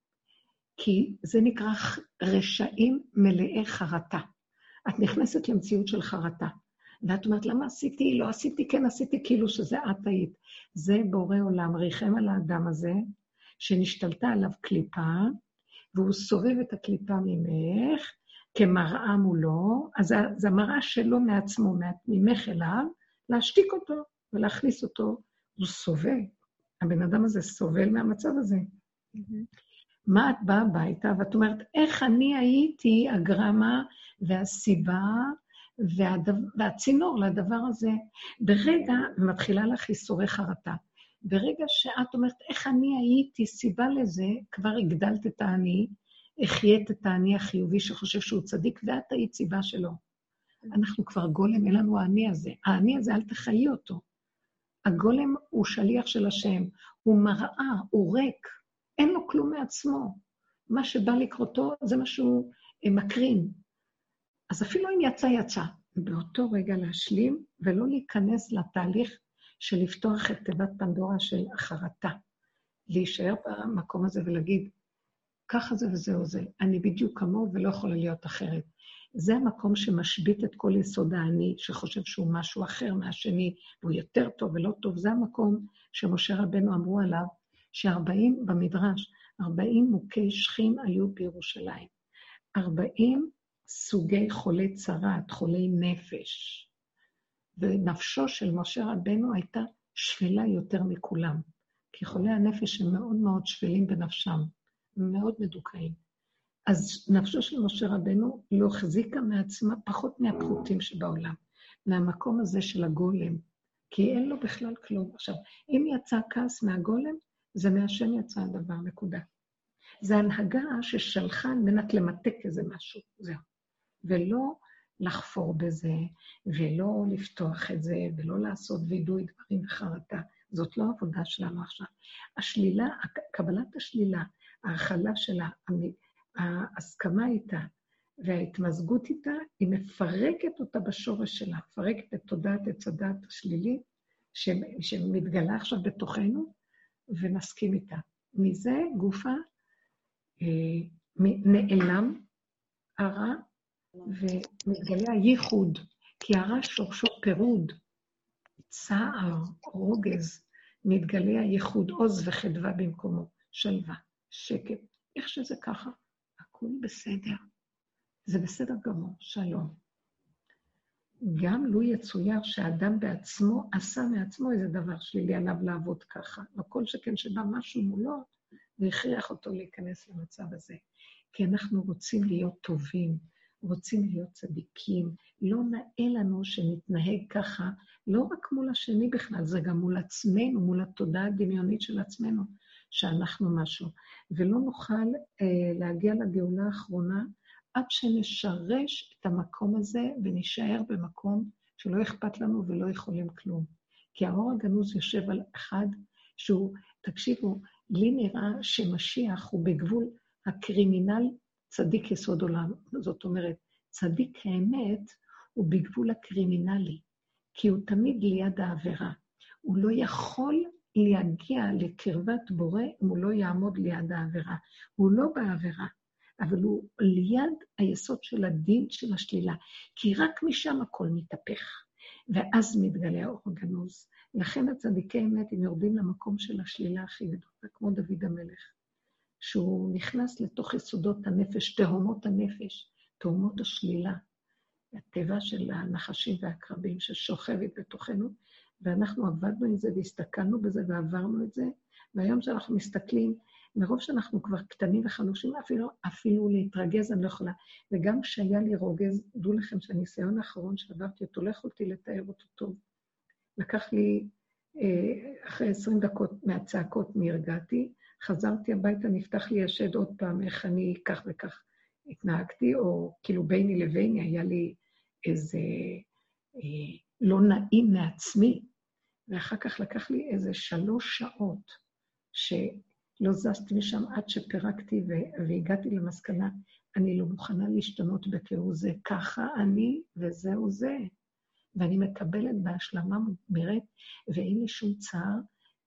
כי זה נקרא רשעים מלאי חרטה. את נכנסת למציאות של חרטה, ואת אומרת, למה עשיתי? לא עשיתי, כן עשיתי, כאילו שזה את היית. זה בורא עולם, ריחם על האדם הזה, שנשתלטה עליו קליפה, והוא סובב את הקליפה ממך, כמראה מולו, אז זה המראה שלו מעצמו, ממך אליו, להשתיק אותו ולהכניס אותו, הוא סובל. הבן אדם הזה סובל מהמצב הזה. מה את באה הביתה, ואת אומרת, איך אני הייתי הגרמה והסיבה והצינור לדבר הזה. ברגע, ומתחילה לך ייסורי חרטה, ברגע שאת אומרת, איך אני הייתי סיבה לזה, כבר הגדלת את העני, החיית את העני החיובי שחושב שהוא צדיק, ואת היית סיבה שלו. אנחנו כבר גולם, אין לנו העני הזה. העני הזה, אל תחיי אותו. הגולם הוא שליח של השם, הוא מראה, הוא ריק, אין לו כלום מעצמו. מה שבא לקרותו, זה מה שהוא מקרין. אז אפילו אם יצא, באותו רגע להשלים, ולא להיכנס לתהליך של לפתוח את תיבת פנדורה של החרטה. להישאר במקום הזה ולהגיד, ככה זה וזהו זה, אני בדיוק כמוהו ולא יכולה להיות אחרת. זה המקום שמשבית את כל יסוד העני, שחושב שהוא משהו אחר מהשני, והוא יותר טוב ולא טוב. זה המקום שמשה רבנו אמרו עליו, ש40 במדרש, 40 מוכי שכין היו בירושלים. 40 סוגי חולי צרת, חולי נפש. ונפשו של משה רבנו הייתה שפלה יותר מכולם. כי חולי הנפש הם מאוד מאוד שפלים בנפשם, מאוד מדוכאים. אז נפשו של משה רבנו לא החזיקה מעצמה פחות מהפחותים שבעולם, מהמקום הזה של הגולם, כי אין לו בכלל כלום. עכשיו, אם יצא כעס מהגולם, זה מהשם יצא הדבר, נקודה. זה הנהגה ששלחה על מנת למתק איזה משהו, זהו. ולא לחפור בזה, ולא לפתוח את זה, ולא לעשות וידוי דברים וחרטה. זאת לא עבודה שלנו עכשיו. השלילה, קבלת השלילה, ההכלה שלה, ההסכמה איתה, וההתמזגות איתה, היא מפרקת אותה בשורש שלה, מפרקת את תודעת עץ הדעת השלילי, שמתגלה עכשיו בתוכנו, ונסכים איתה. מזה גופה נעלם הרע, ומתגלה הייחוד, כי הרע שורשו פירוד, צער, רוגז, מתגלה הייחוד, עוז וחדווה במקומו, שלווה, שקט, איך שזה ככה, הכל בסדר. זה בסדר גמור, שלום. גם לו יצויר שהאדם בעצמו עשה מעצמו איזה דבר שלילי עליו לעבוד ככה, לא כל שכן שבא משהו מולו, והכריח אותו להיכנס למצב הזה. כי אנחנו רוצים להיות טובים, רוצים להיות צדיקים, לא נאה לנו שנתנהג ככה, לא רק מול השני בכלל, זה גם מול עצמנו, מול התודעה הדמיונית של עצמנו, שאנחנו משהו. ולא נוכל להגיע לגאולה האחרונה, עד שנשרש את המקום הזה, ונשאר במקום שלא אכפת לנו ולא יכולים כלום. כי האור הגנוז יושב על אחד שהוא, תקשיבו, לי נראה שמשיח הוא בגבול הקרימינל צדיק יסוד עולם. זאת אומרת, צדיק האמת הוא בגבול הקרימינלי, כי הוא תמיד ליד העבירה. הוא לא יכול להגיע לקרבת בורא אם הוא לא יעמוד ליד העבירה. הוא לא בעבירה. אבל הוא ליד היסוד של הדין של השלילה, כי רק משם הכל מתהפך, ואז מתגלה האור הגנוז. לכן הצדיקי אמת הם יורדים למקום של השלילה הכי גדולה, כמו דוד המלך, שהוא נכנס לתוך יסודות הנפש, תהומות הנפש, תהומות השלילה, הטבע של הנחשים והקרבים ששוכבת בתוכנו, ואנחנו עבדנו עם זה והסתכלנו בזה ועברנו את זה, והיום שאנחנו מסתכלים, מרוב שאנחנו כבר קטנים וחלושים, אפילו להתרגז אני לא יכולה. וגם כשהיה לי רוגז, דעו לכם שהניסיון האחרון שעברתי אותו, לא יכולתי לתאר אותו טוב. לקח לי, אחרי 20 דקות מהצעקות נרגעתי, חזרתי הביתה, נפתח לי השד עוד פעם, איך אני כך וכך התנהגתי, או כאילו ביני לביני היה לי איזה לא נעים מעצמי, ואחר כך לקח לי איזה 3 שעות, לא זזתי משם עד שפרקתי והגעתי למסקנה, אני לא מוכנה להשתנות בכאו זה, ככה אני וזהו זה. ואני מקבלת בהשלמה מוגמרת, ואין לי שום צער,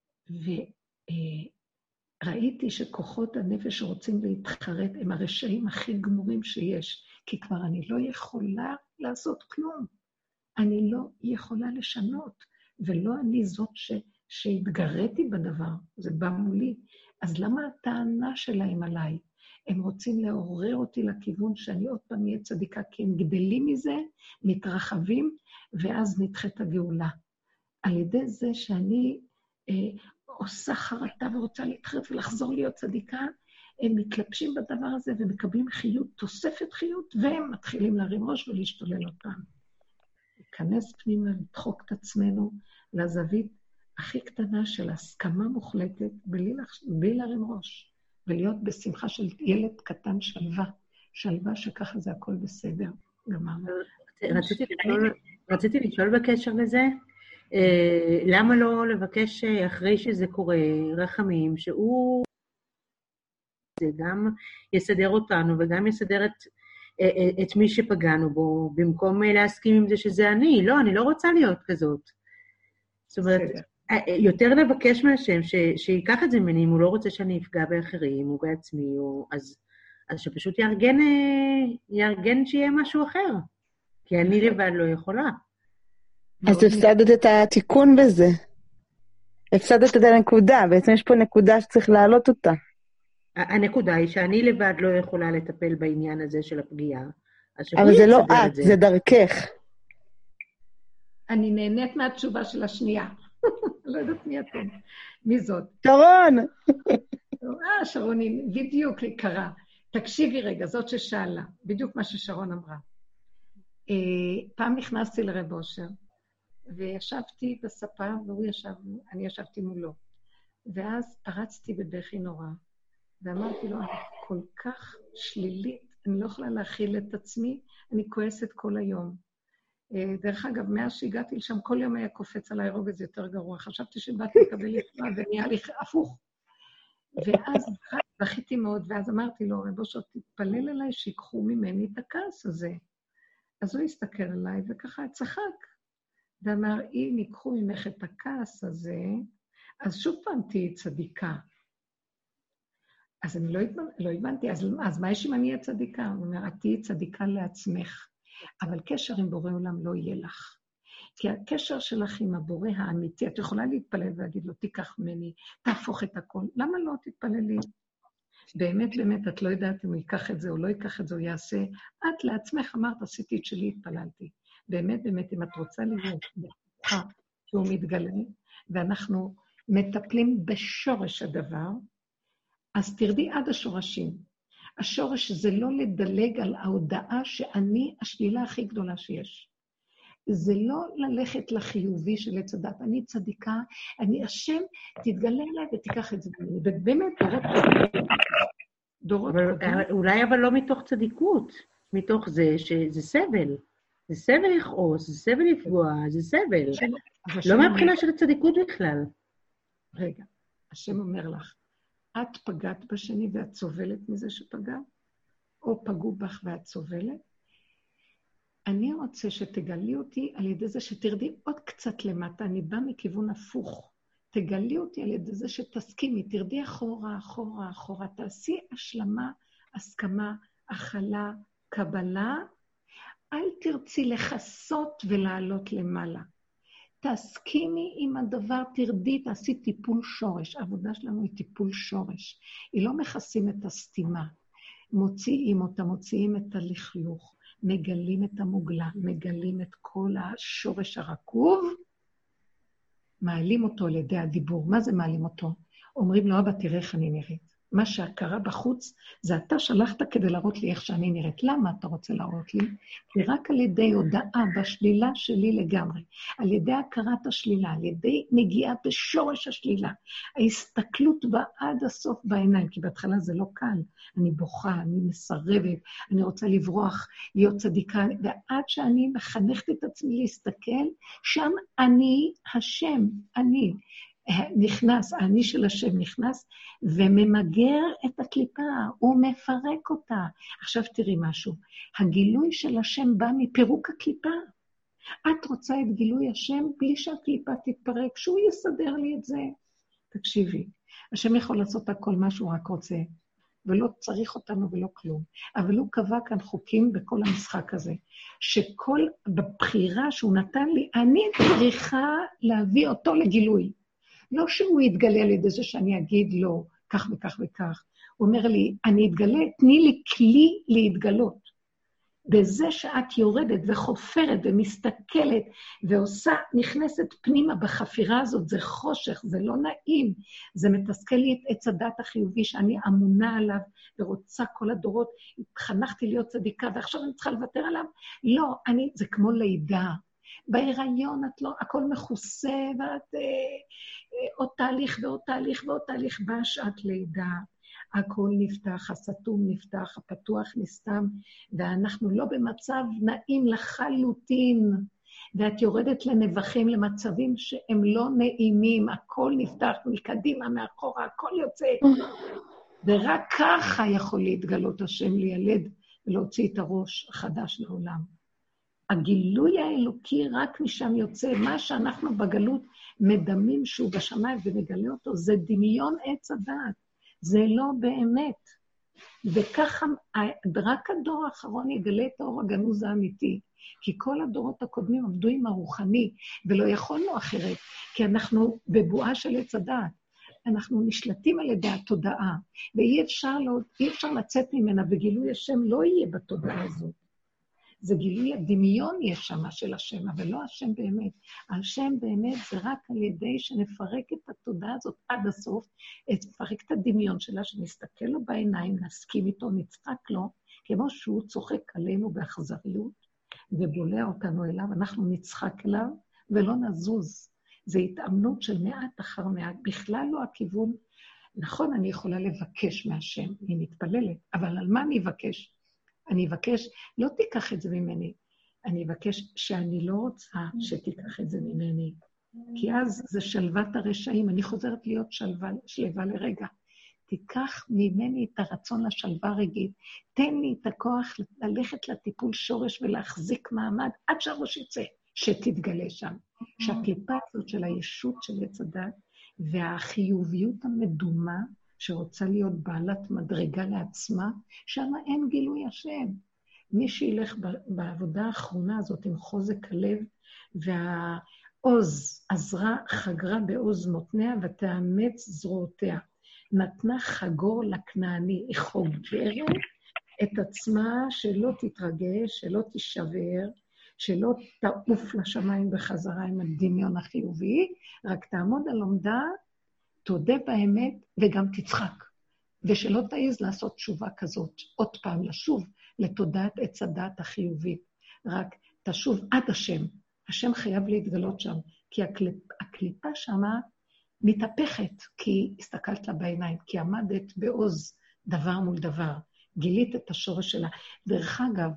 וראיתי שכוחות הנפש שרוצים להתחרט, הם הרשעים הכי גמורים שיש, כי כבר אני לא יכולה לעשות כלום. אני לא יכולה לשנות, ולא אני זאת שהתגרתי בדבר, זה בא מולי. אז למה הטענה שלהם עליי? הם רוצים לעורר אותי לכיוון שאני עוד פעם אהיה צדיקה, כי הם גדלים מזה, מתרחבים, ואז נדחת הגאולה. על ידי זה שאני עושה חרטה ורוצה להתחרט ולחזור להיות צדיקה, הם מתלבשים בדבר הזה ומקבלים חיות, תוספת חיות, והם מתחילים להרים ראש ולהשתולל אותם. להיכנס פנימה, לדחוק את עצמנו לזווית הכי קטנה של הסכמה מוחלטת, בלי להרים ראש, ולהיות בשמחה של ילד קטן שלווה שככה זה הכל בסדר. גמרנו. רציתי לשאול בקשר לזה, למה לא לבקש אחרי שזה קורה רחמים, שהוא זה גם יסדר אותנו וגם יסדר את מי שפגענו בו, במקום להסכים עם זה שזה אני. לא, אני לא רוצה להיות כזאת. זאת אומרת, יותר לבקש מהשם שיקח את זה ממני, אם הוא לא רוצה שאני אפגע באחרים, או בעצמי, אז שפשוט יארגן שיהיה משהו אחר. כי אני לבד לא יכולה. אז הפסדת את התיקון בזה. הפסדת את הנקודה. בעצם יש פה נקודה שצריך להעלות אותה. הנקודה היא שאני לבד לא יכולה לטפל בעניין הזה של הפגיעה. אבל זה לא את, זה דרכך. אני נהנית מהתשובה של השנייה. לא יודעת מי אתם. מי זאת? שרון! שרון, בדיוק קרה. תקשיבי רגע, זאת ששאלה. בדיוק מה ששרון אמרה. פעם נכנסתי לרב אושר, וישבתי בספה, אני ישבתי מולו. ואז פרצתי בבכי נורא, ואמרתי לו, אני כל כך שלילית, אני לא יכולה להכיל את עצמי, אני כועסת כל היום. דרך אגב, מאז שהגעתי לשם, כל יום היה קופץ עליי רוגז יותר גרוע. חשבתי שבאתי לקבל יפה, ונהיה לי הפוך. ואז בכיתי מאוד, ואז אמרתי לו, רב אושר, תתפלל עליי שיקחו ממני את הכעס הזה. אז הוא הסתכל עליי, וככה צחק. ואמר, אם ייקחו ממך את הכעס הזה, אז שוב פעם תהיי צדיקה. אז אני לא הבנתי, אז מה יש אם אני אהיה צדיקה? הוא אומר, את תהיי צדיקה לעצמך, אבל קשר עם בורא עולם לא יהיה לך. כי הקשר שלך עם הבורא האמיתי, את יכולה להתפלל ולהגיד לו, תיקח ממני, תהפוך את הכל. למה לא תתפללי? באמת, באמת, את לא יודעת אם הוא ייקח את זה או לא ייקח את זה, הוא יעשה. את לעצמך אמרת, עשיתי את שלי, התפללתי. באמת, באמת, אם את רוצה להיות בטוחה שהוא מתגלה, ואנחנו מטפלים בשורש הדבר, אז תרדי עד השורשים. השורש זה לא לדלג על ההודעה שאני השלילה הכי גדולה שיש. זה לא ללכת לחיובי של עץ הדת. אני צדיקה, אני השם, תתגלה אליי ותיקח את זה. ובאמת, דורות קודמים. אולי אבל לא מתוך צדיקות, מתוך זה שזה סבל. זה סבל לכעוס, זה סבל לפגוע, זה סבל. לא מהבחינה של הצדיקות בכלל. רגע, השם אומר לך, את פגעת בשני ואת סובלת מזה שפגע, או פגעו בך ואת סובלת. אני רוצה שתגלי אותי על ידי זה שתרדי עוד קצת למטה, אני באה מכיוון הפוך. תגלי אותי על ידי זה שתסכימי, תרדי אחורה, אחורה, אחורה, תעשי השלמה, הסכמה, הכלה, קבלה, אל תרצי לחסות ולעלות למעלה. תסכימי עם הדבר, תרדי, תעשי טיפול שורש. העבודה שלנו היא טיפול שורש. היא לא מכסים את הסתימה. מוציאים אותה, מוציאים את הלכלוך, מגלים את המוגלה, מגלים את כל השורש הרקוב, מעלים אותו על ידי הדיבור. מה זה מעלים אותו? אומרים לו, אבא, תראה איך אני נראית. מה שהקרה בחוץ, זה אתה שלחת כדי להראות לי איך שאני נראית. למה אתה רוצה להראות לי? כי רק על ידי הודעה בשלילה שלי לגמרי, על ידי הכרת השלילה, על ידי נגיעה בשורש השלילה, ההסתכלות בה עד הסוף בעיניים, כי בהתחלה זה לא קל, אני בוכה, אני מסרבת, אני רוצה לברוח, להיות צדיקה, ועד שאני מחנכת את עצמי להסתכל, שם אני השם, אני. נכנס, האני של השם נכנס, וממגר את הקליפה, הוא מפרק אותה. עכשיו תראי משהו, הגילוי של השם בא מפירוק הקליפה. את רוצה את גילוי השם בלי שהקליפה תתפרק, שהוא יסדר לי את זה. תקשיבי, השם יכול לעשות הכל מה שהוא רק רוצה, ולא צריך אותנו ולא כלום. אבל הוא קבע כאן חוקים בכל המשחק הזה, שכל בבחירה שהוא נתן לי, אני צריכה להביא אותו לגילוי. לא שהוא יתגלה על ידי זה שאני אגיד לו כך וכך וכך. הוא אומר לי, אני אתגלה, תני לי כלי להתגלות. בזה שאת יורדת וחופרת ומסתכלת ועושה, נכנסת פנימה בחפירה הזאת, זה חושך, זה לא נעים, זה מתסכל לי את עץ הדת החיובי שאני אמונה עליו ורוצה כל הדורות, חנכתי להיות צדיקה ועכשיו אני צריכה לוותר עליו. לא, זה כמו לידה. בהיריון את לא, הכל מכוסה, ואת עוד תהליך ועוד תהליך ועוד תהליך, באה שעת לידה, הכל נפתח, הסתום נפתח, הפתוח נסתם, ואנחנו לא במצב נעים לחלוטין, ואת יורדת לנבחים, למצבים שהם לא נעימים, הכל נפתח מקדימה, מאחורה, הכל יוצא, ורק ככה יכול להתגלות השם לילד, ולהוציא את הראש החדש לעולם. הגילוי האלוקי רק משם יוצא, מה שאנחנו בגלות מדמים שהוא בשמיים ונגלה אותו, זה דמיון עץ הדעת, זה לא באמת. וככה רק הדור האחרון יגלה את האור הגנוז האמיתי, כי כל הדורות הקודמים עבדו עם הרוחני, ולא יכולנו אחרת, כי אנחנו בבועה של עץ הדעת, אנחנו נשלטים על ידי התודעה, ואי אפשר לצאת ממנה, וגילוי השם לא יהיה בתודעה הזאת. זה גילוי הדמיון יש שם של השם, אבל לא השם באמת. השם באמת זה רק על ידי שנפרק את התודעה הזאת עד הסוף, נפרק את הדמיון שלה, שנסתכל לו בעיניים, נסכים איתו, נצחק לו, כמו שהוא צוחק עלינו באכזריות, ובולע אותנו אליו, אנחנו נצחק אליו ולא נזוז. זה התאמנות של מעט אחר מעט, בכלל לא הכיוון. נכון, אני יכולה לבקש מהשם, אני מתפללת, אבל על מה אני אבקש? אני אבקש, לא תיקח את זה ממני, אני אבקש שאני לא רוצה שתיקח את זה ממני, כי אז זה שלוות הרשעים, אני חוזרת להיות שלווה לרגע. תיקח ממני את הרצון לשלווה רגעית, תן לי את הכוח ללכת לטיפול שורש ולהחזיק מעמד עד שהראש יצא, שתתגלה שם. שהקליפה הזאת של הישות של עץ הדת, והחיוביות המדומה, שרוצה להיות בעלת מדרגה לעצמה, שם אין גילוי השם. מי שילך בעבודה האחרונה הזאת עם חוזק הלב, והעוז עזרה, חגרה בעוז מותניה, ותאמץ זרועותיה. נתנה חגור לכנעני, היא חוגרת את עצמה שלא תתרגש, שלא תישבר, שלא תעוף לשמיים בחזרה עם הדמיון החיובי, רק תעמוד על עומדה, תודה באמת וגם תצחק. ושלא תעיז לעשות תשובה כזאת, עוד פעם לשוב לתודעת עץ הדת החיובית. רק תשוב עד השם. השם חייב להתגלות שם, כי הקליפה שמה מתהפכת, כי הסתכלת לה בעיניים, כי עמדת בעוז דבר מול דבר, גילית את השורש שלה. דרך אגב,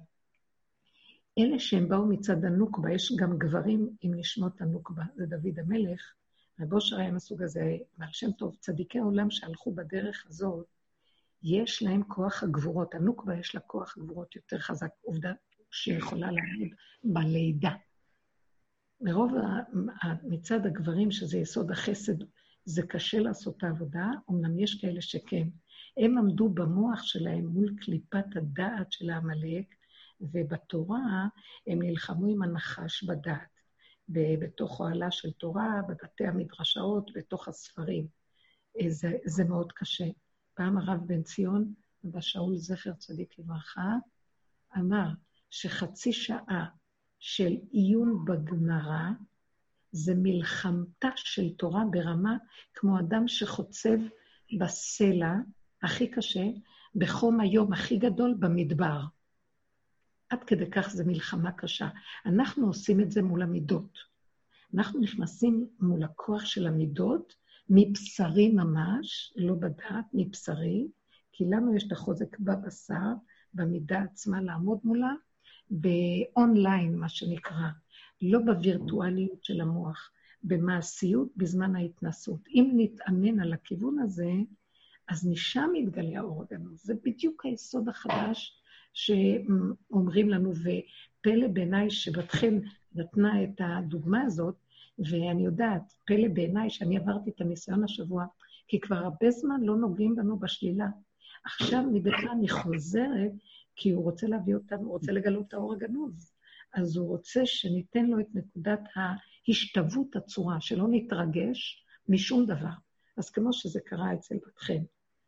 אלה שהם באו מצד הנוקבה, יש גם גברים עם נשמות הנוקבה, זה דוד המלך, רב אושר היה מסוג הזה, בעל שם טוב, צדיקי העולם שהלכו בדרך הזאת, יש להם כוח הגבורות, הנוקבה יש לה כוח הגבורות יותר חזק, עובדה שיכולה לעמוד בלידה. מרוב מצד הגברים, שזה יסוד החסד, זה קשה לעשות את העבודה, אמנם יש כאלה שכן. הם עמדו במוח שלהם מול קליפת הדעת של העמלק, ובתורה הם נלחמו עם הנחש בדעת, בתוך אוהלה של תורה, בבתי המדרשאות, בתוך הספרים. זה מאוד קשה. פעם הרב בן ציון, בשאול זכר צדיק לברכה, אמר שחצי שעה של עיון בגמרא, זה מלחמתה של תורה ברמה, כמו אדם שחוצב בסלע הכי קשה, בחום היום הכי גדול במדבר. עד כדי כך זה מלחמה קשה. אנחנו עושים את זה מול המידות. אנחנו נכנסים מול הכוח של המידות, מבשרי ממש, לא בדעת, מבשרי, כי לנו יש את החוזק בבשר, במידה עצמה לעמוד מולה, באונליין, מה שנקרא, לא בווירטואליות של המוח, במעשיות בזמן ההתנסות. אם נתאמן על הכיוון הזה, אז משם יתגלה האור הגנוז. זה בדיוק היסוד החדש שאומרים לנו, ופלא בעיניי שבתכם נתנה את הדוגמה הזאת, ואני יודעת, פלא בעיניי שאני עברתי את הניסיון השבוע, כי כבר הרבה זמן לא נוגעים בנו בשלילה. עכשיו מדי פעם אני חוזרת, כי הוא רוצה להביא אותנו, הוא רוצה לגלות את האור הגנוז. אז הוא רוצה שניתן לו את נקודת ההשתוות הצורה, שלא נתרגש משום דבר. אז כמו שזה קרה אצל בתכם,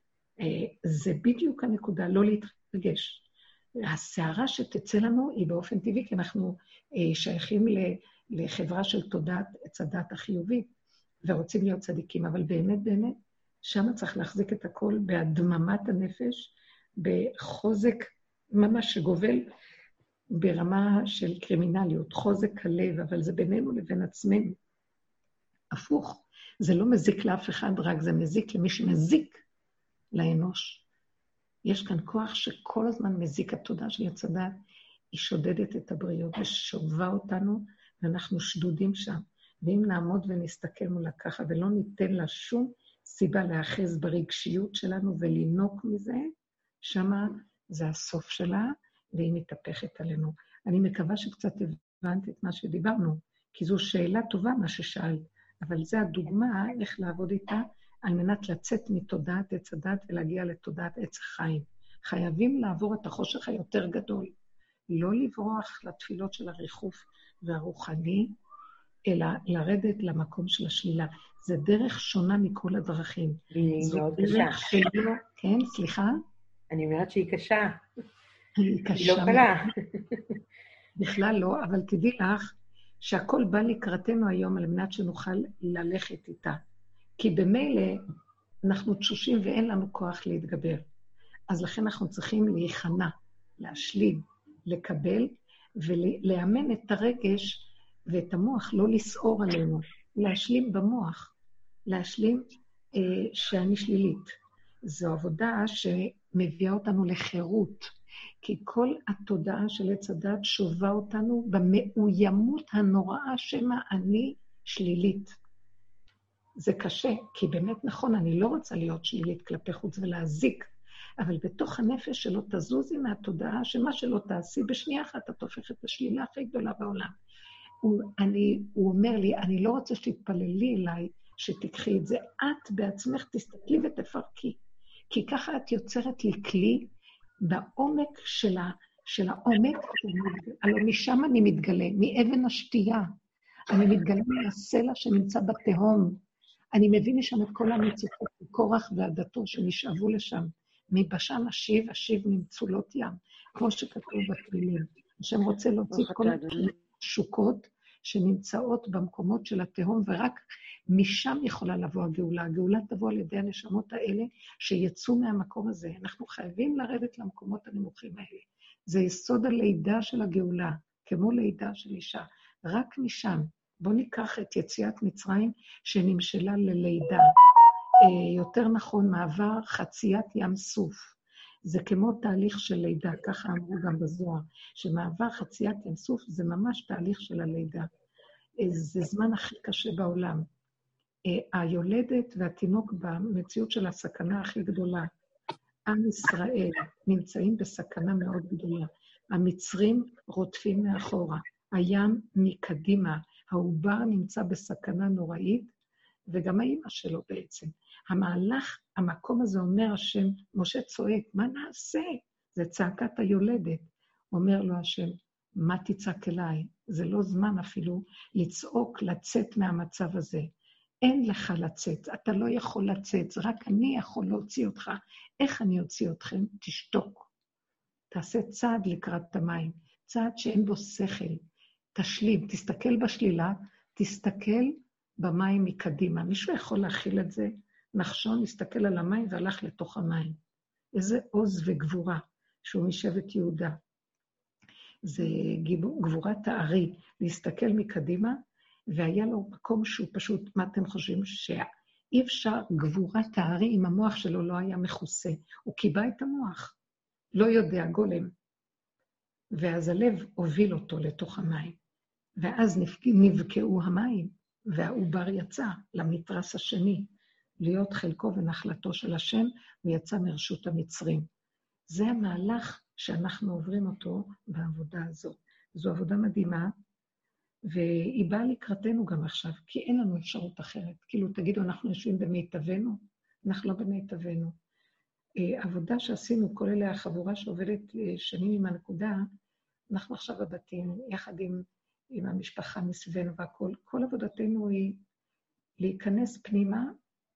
זה בדיוק הנקודה, לא להתרגש. הסערה שתצא לנו היא באופן טבעי, כי אנחנו שייכים לחברה של תודעת עץ הדת החיובית, ורוצים להיות צדיקים, אבל באמת, שם צריך להחזיק את הכל בהדממת הנפש, בחוזק ממש שגובל ברמה של קרימינליות, חוזק הלב, אבל זה בינינו לבין עצמנו. הפוך, זה לא מזיק לאף אחד, רק זה מזיק למי שמזיק לאנוש. יש כאן כוח שכל הזמן מזיק. התודעה של עץ הדת, היא שודדת את הבריות ושובה אותנו, ואנחנו שדודים שם. ואם נעמוד ונסתכל מולה ככה, ולא ניתן לה שום סיבה להאחז ברגשיות שלנו ולינוק מזה, שמה זה הסוף שלה, והיא מתהפכת עלינו. אני מקווה שקצת הבנת את מה שדיברנו, כי זו שאלה טובה מה ששאל, אבל זה הדוגמה איך לעבוד איתה, על מנת לצאת מתודעת עץ הדת ולהגיע לתודעת עץ החיים. חייבים לעבור את החושך היותר גדול, לא לברוח לתפילות של הריחוף והרוחני, אלא לרדת למקום של השלילה. זה דרך שונה מכל הדרכים. היא מאוד קשה. שלא, כן, סליחה? אני אומרת שהיא קשה. היא קשה. היא לא קלה. בכלל לא, אבל תדעי לך שהכל בא לקראתנו היום על מנת שנוכל ללכת איתה. כי במילא אנחנו תשושים ואין לנו כוח להתגבר. אז לכן אנחנו צריכים להיכנע, להשלים, לקבל, ולאמן את הרגש ואת המוח, לא לסעור עלינו, להשלים במוח, להשלים שאני שלילית. זו עבודה שמביאה אותנו לחירות, כי כל התודעה של עץ הדת שובה אותנו במאוימות הנוראה שמה אני שלילית. זה קשה, כי באמת נכון, אני לא רוצה להיות שלילית כלפי חוץ ולהזיק, אבל בתוך הנפש שלא תזוזי מהתודעה, שמה שלא תעשי בשנייה אחת, את הופכת השלילה הכי גדולה בעולם. הוא אומר לי, אני לא רוצה שתתפללי אליי, שתקחי את זה. את בעצמך תסתכלי ותפרקי. כי ככה את יוצרת לי כלי בעומק של העומק, הלוא משם אני מתגלה, מאבן השתייה. אני מתגלה מהסלע שנמצא בתהום. אני מביא משם את כל המצוקות, קורח ועדתו שנשאבו לשם. מבשן אשיב נמצולות ים, כמו שכתוב בתהילים. השם רוצה להוציא כל השוקות שנמצאות במקומות של התהום, ורק משם יכולה לבוא הגאולה. הגאולה תבוא על ידי הנשמות האלה שיצאו מהמקום הזה. אנחנו חייבים לרדת למקומות הנמוכים האלה. זה יסוד הלידה של הגאולה, כמו לידה של אישה. רק משם. בואו ניקח את יציאת מצרים שנמשלה ללידה. יותר נכון, מעבר חציית ים סוף. זה כמו תהליך של לידה, ככה אמרו גם בזוהר, שמעבר חציית ים סוף זה ממש תהליך של הלידה. זה זמן הכי קשה בעולם. היולדת והתינוק במציאות של הסכנה הכי גדולה. עם ישראל נמצאים בסכנה מאוד גדולה. המצרים רודפים מאחורה, הים מקדימה, העובר נמצא בסכנה נוראית, וגם האמא שלו בעצם. המהלך, המקום הזה אומר השם, משה צועק, מה נעשה? זה צעקת היולדת. אומר לו השם, מה תצעק אליי? זה לא זמן אפילו לצעוק, לצאת מהמצב הזה. אין לך לצאת, אתה לא יכול לצאת, רק אני יכול להוציא אותך. איך אני אוציא אתכם? תשתוק. תעשה צעד לקראת המים, צעד שאין בו שכל. תשלים, תסתכל בשלילה, תסתכל במים מקדימה. מישהו יכול להכיל את זה? נחשון הסתכל על המים והלך לתוך המים. איזה עוז וגבורה שהוא משבט יהודה. זה גבורת הארי, להסתכל מקדימה, והיה לו מקום שהוא פשוט, מה אתם חושבים? שאי אפשר גבורת הארי אם המוח שלו לא היה מכוסה. הוא קיבה את המוח, לא יודע, גולם. ואז הלב הוביל אותו לתוך המים. ואז נבקעו המים, והעובר יצא למתרס השני, להיות חלקו ונחלתו של השם, הוא יצא מרשות המצרים. זה המהלך שאנחנו עוברים אותו בעבודה הזאת. זו עבודה מדהימה, והיא באה לקראתנו גם עכשיו, כי אין לנו אפשרות אחרת. כאילו, תגידו, אנחנו יושבים במיטבנו? אנחנו לא במיטבנו. עבודה שעשינו, כל אלה החבורה שעובדת שנים עם הנקודה, אנחנו עכשיו בבתים, יחד עם המשפחה מסביבנו והכל. כל עבודתנו היא להיכנס פנימה,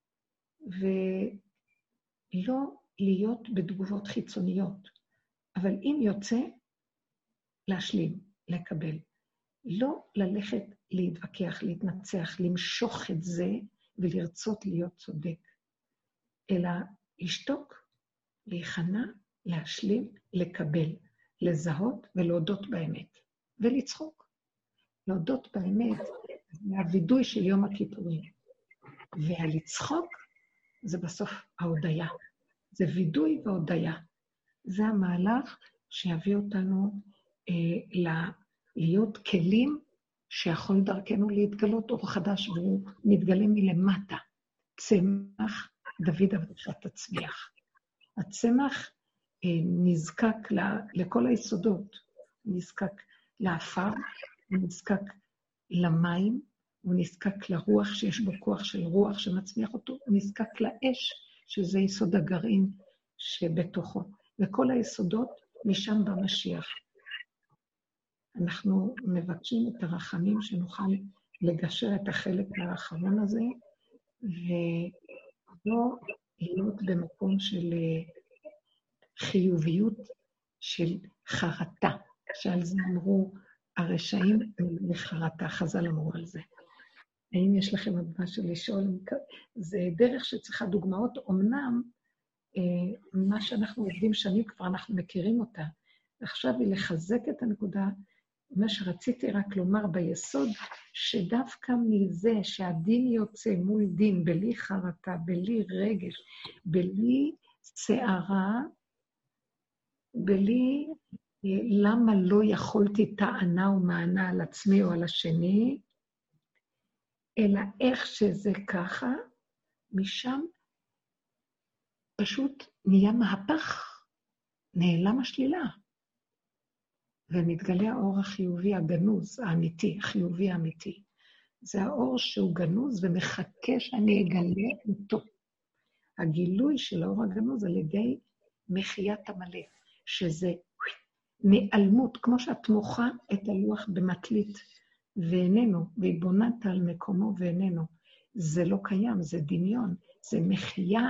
ולא להיות בתגובות חיצוניות. אבל אם יוצא, להשלים, לקבל. לא ללכת להתווכח, להתנצח, למשוך את זה ולרצות להיות צודק, אלא לשתוק, להיכנע, להשלים, לקבל, לזהות ולהודות באמת, ולצחוק. להודות באמת מהווידוי של יום הכיפורים. והלצחוק זה בסוף ההודיה. זה וידוי והודיה. זה המהלך שיביא אותנו להיות כלים שיכול דרכנו להתגלות אור חדש, והוא מתגלה מלמטה. צמח דוד אביך תצמיח. הצמח נזקק לכל היסודות. הוא נזקק לאפר, הוא נזקק למים, הוא נזקק לרוח שיש בו כוח של רוח שמצמיח אותו, הוא נזקק לאש, שזה יסוד הגרעין שבתוכו. וכל היסודות משם במשיח. אנחנו מבקשים את הרחמים שנוכל לגשר את החלק האחרון הזה, ולא להיות במקום של חיוביות, של חרטה, שעל זה אמרו הרשעים לחרטה, חז"ל אמרו על זה. האם יש לכם עוד משהו לשאול? זה דרך שצריכה דוגמאות, אמנם מה שאנחנו עובדים שנים כבר אנחנו מכירים אותה, עכשיו היא לחזק את הנקודה, מה שרציתי רק לומר ביסוד, שדווקא מזה שהדין יוצא מול דין, בלי חרטה, בלי רגש, בלי שערה, בלי למה לא יכולתי טענה ומענה על עצמי או על השני, אלא איך שזה ככה, משם פשוט נהיה מהפך, נעלם השלילה. ומתגלה האור החיובי הגנוז, האמיתי, החיובי האמיתי. זה האור שהוא גנוז ומחכה שאני אגלה אותו. הגילוי של האור הגנוז על ידי מחיית המלא, שזה נעלמות, כמו שאת מוחה את הלוח במטלית, ואיננו, והתבוננת על מקומו ואיננו. זה לא קיים, זה דמיון, זה מחייה,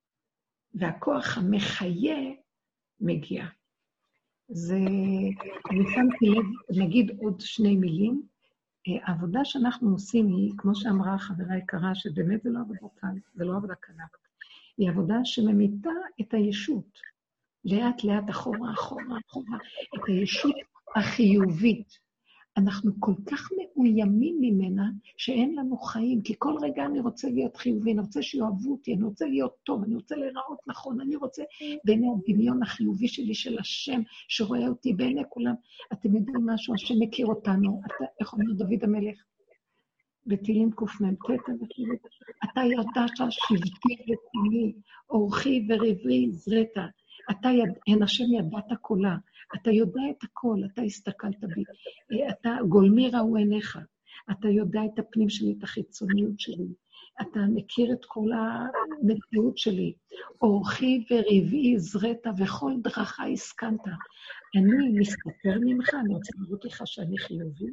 והכוח המחיה מגיע. זה, אני שמתי לב, נגיד עוד 2 מילים, העבודה שאנחנו עושים היא, כמו שאמרה החברה היקרה, שבאמת זה לא עבודה קל, זה לא עבודה קלה, היא עבודה שממיתה את הישות, לאט לאט אחורה, את הישות החיובית. אנחנו כל כך מאוימים ממנה שאין לנו חיים, כי כל רגע אני רוצה להיות חיובי, אני רוצה שיאהבו אותי, אני רוצה להיות טוב, אני רוצה להיראות נכון, אני רוצה בעיני הדמיון החיובי שלי של השם שרואה אותי בעיני כולם. אתם יודעים משהו, השם מכיר אותנו, איך אומר דוד המלך? בתהילים קמ"ט, אתה ידעת שבטי ותימי, אורחי ורברי זרעת, הן השם ידעת קולה, אתה יודע את הכל, אתה הסתכלת בי, אתה גולמי ראו עיניך, אתה יודע את הפנים שלי, את החיצוניות שלי, אתה מכיר את כל המציאות שלי, אורחי ורבעי זרעת וכל דרכה הסכנת, אני מסתתר ממך, אני רוצה לראות לך שאני חיובי,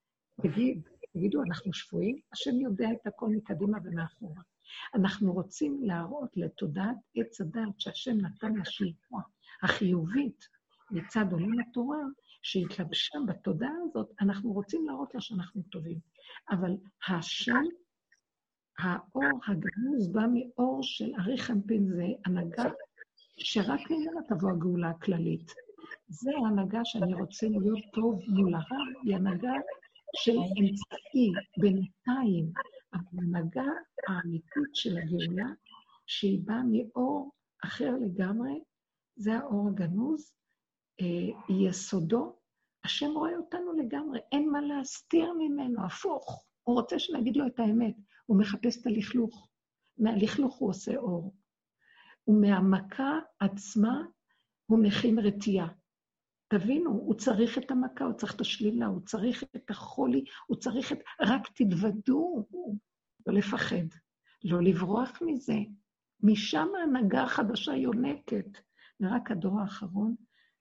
תגידו, אנחנו שבויים? השם יודע את הכל מקדימה ומאחורה. אנחנו רוצים להראות לתודעת עץ הדעת שהשם נתן לשאיפה החיובית מצד עולם התורה, שהתלבשה בתודעה הזאת, אנחנו רוצים להראות לה שאנחנו טובים. אבל השם, האור הגנוז בא מאור של ארי חנפין, זה הנהגה שרק ממנה תבוא הגאולה הכללית. זה ההנהגה שאני רוצה להיות טוב מול הרע, היא הנהגה של אמצעי בינתיים, אבל ההנהגה האמיתית של הגאולה, שהיא באה מאור אחר לגמרי, זה האור הגנוז, יסודו, השם רואה אותנו לגמרי, אין מה להסתיר ממנו, הפוך, הוא רוצה שנגיד לו את האמת, הוא מחפש את הלכלוך, מהלכלוך הוא עושה אור, ומהמכה עצמה הוא מכין רתיעה. תבינו, הוא צריך את המכה, הוא צריך את השלילה, הוא צריך את החולי, הוא צריך את... רק תתוודו, לא לפחד, לא לברוח מזה. משם ההנהגה החדשה יונקת, ורק הדור האחרון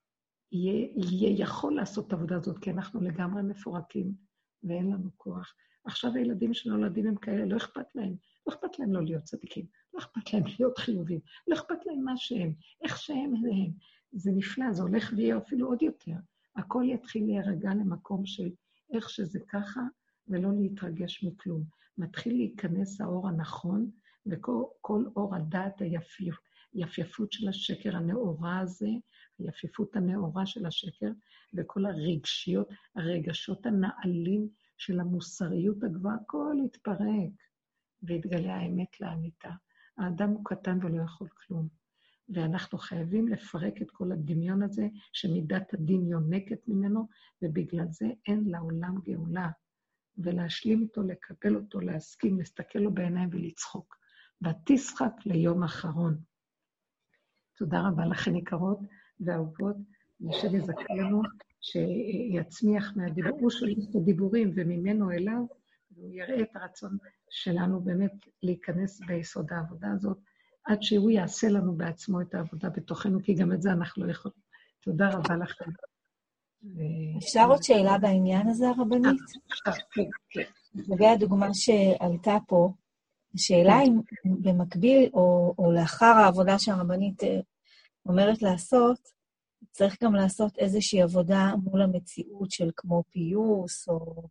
יהיה יכול לעשות את העבודה הזאת, כי אנחנו לגמרי מפורקים, ואין לנו כוח. עכשיו הילדים שנולדים הם כאלה, לא אכפת להם. לא אכפת להם לא להיות צדיקים, לא אכפת להם להיות חיובים, לא אכפת להם מה שהם, איך שהם הם. זה נפלא, זה הולך ויהיה אפילו עוד יותר. הכל יתחיל להירגע למקום של איך שזה ככה, ולא להתרגש מכלום. מתחיל להיכנס האור הנכון, וכל אור הדעת היפייפות של השקר הנאורה הזה, היפייפות הנאורה של השקר, וכל הרגשות הנעלים של המוסריות הגבוהה, הכל יתפרק, והתגלה האמת לאמיתה. האדם הוא קטן ולא יכול כלום. ואנחנו חייבים לפרק את כל הדמיון הזה, שמידת הדין יונקת ממנו, ובגלל זה אין לעולם גאולה. ולהשלים איתו, לקבל אותו, להסכים, להסתכל לו בעיניים ולצחוק. ותשחק ליום אחרון. תודה רבה לכן יקרות ואהובות, ושם יזכה לנו שיצמיח מהדיבור, הוא שולח את הדיבורים וממנו אליו, והוא יראה את הרצון שלנו באמת להיכנס ביסוד העבודה הזאת, עד שהוא יעשה לנו בעצמו את העבודה בתוכנו, כי גם את זה אנחנו לא יכולים. תודה רבה לכם. אפשר עוד שאלה בעניין הזה, הרבנית? כן. לגבי הדוגמה שעלתה פה, השאלה אם במקביל או לאחר העבודה שהרבנית אומרת לעשות, צריך גם לעשות איזושהי עבודה מול המציאות של כמו פיוס, או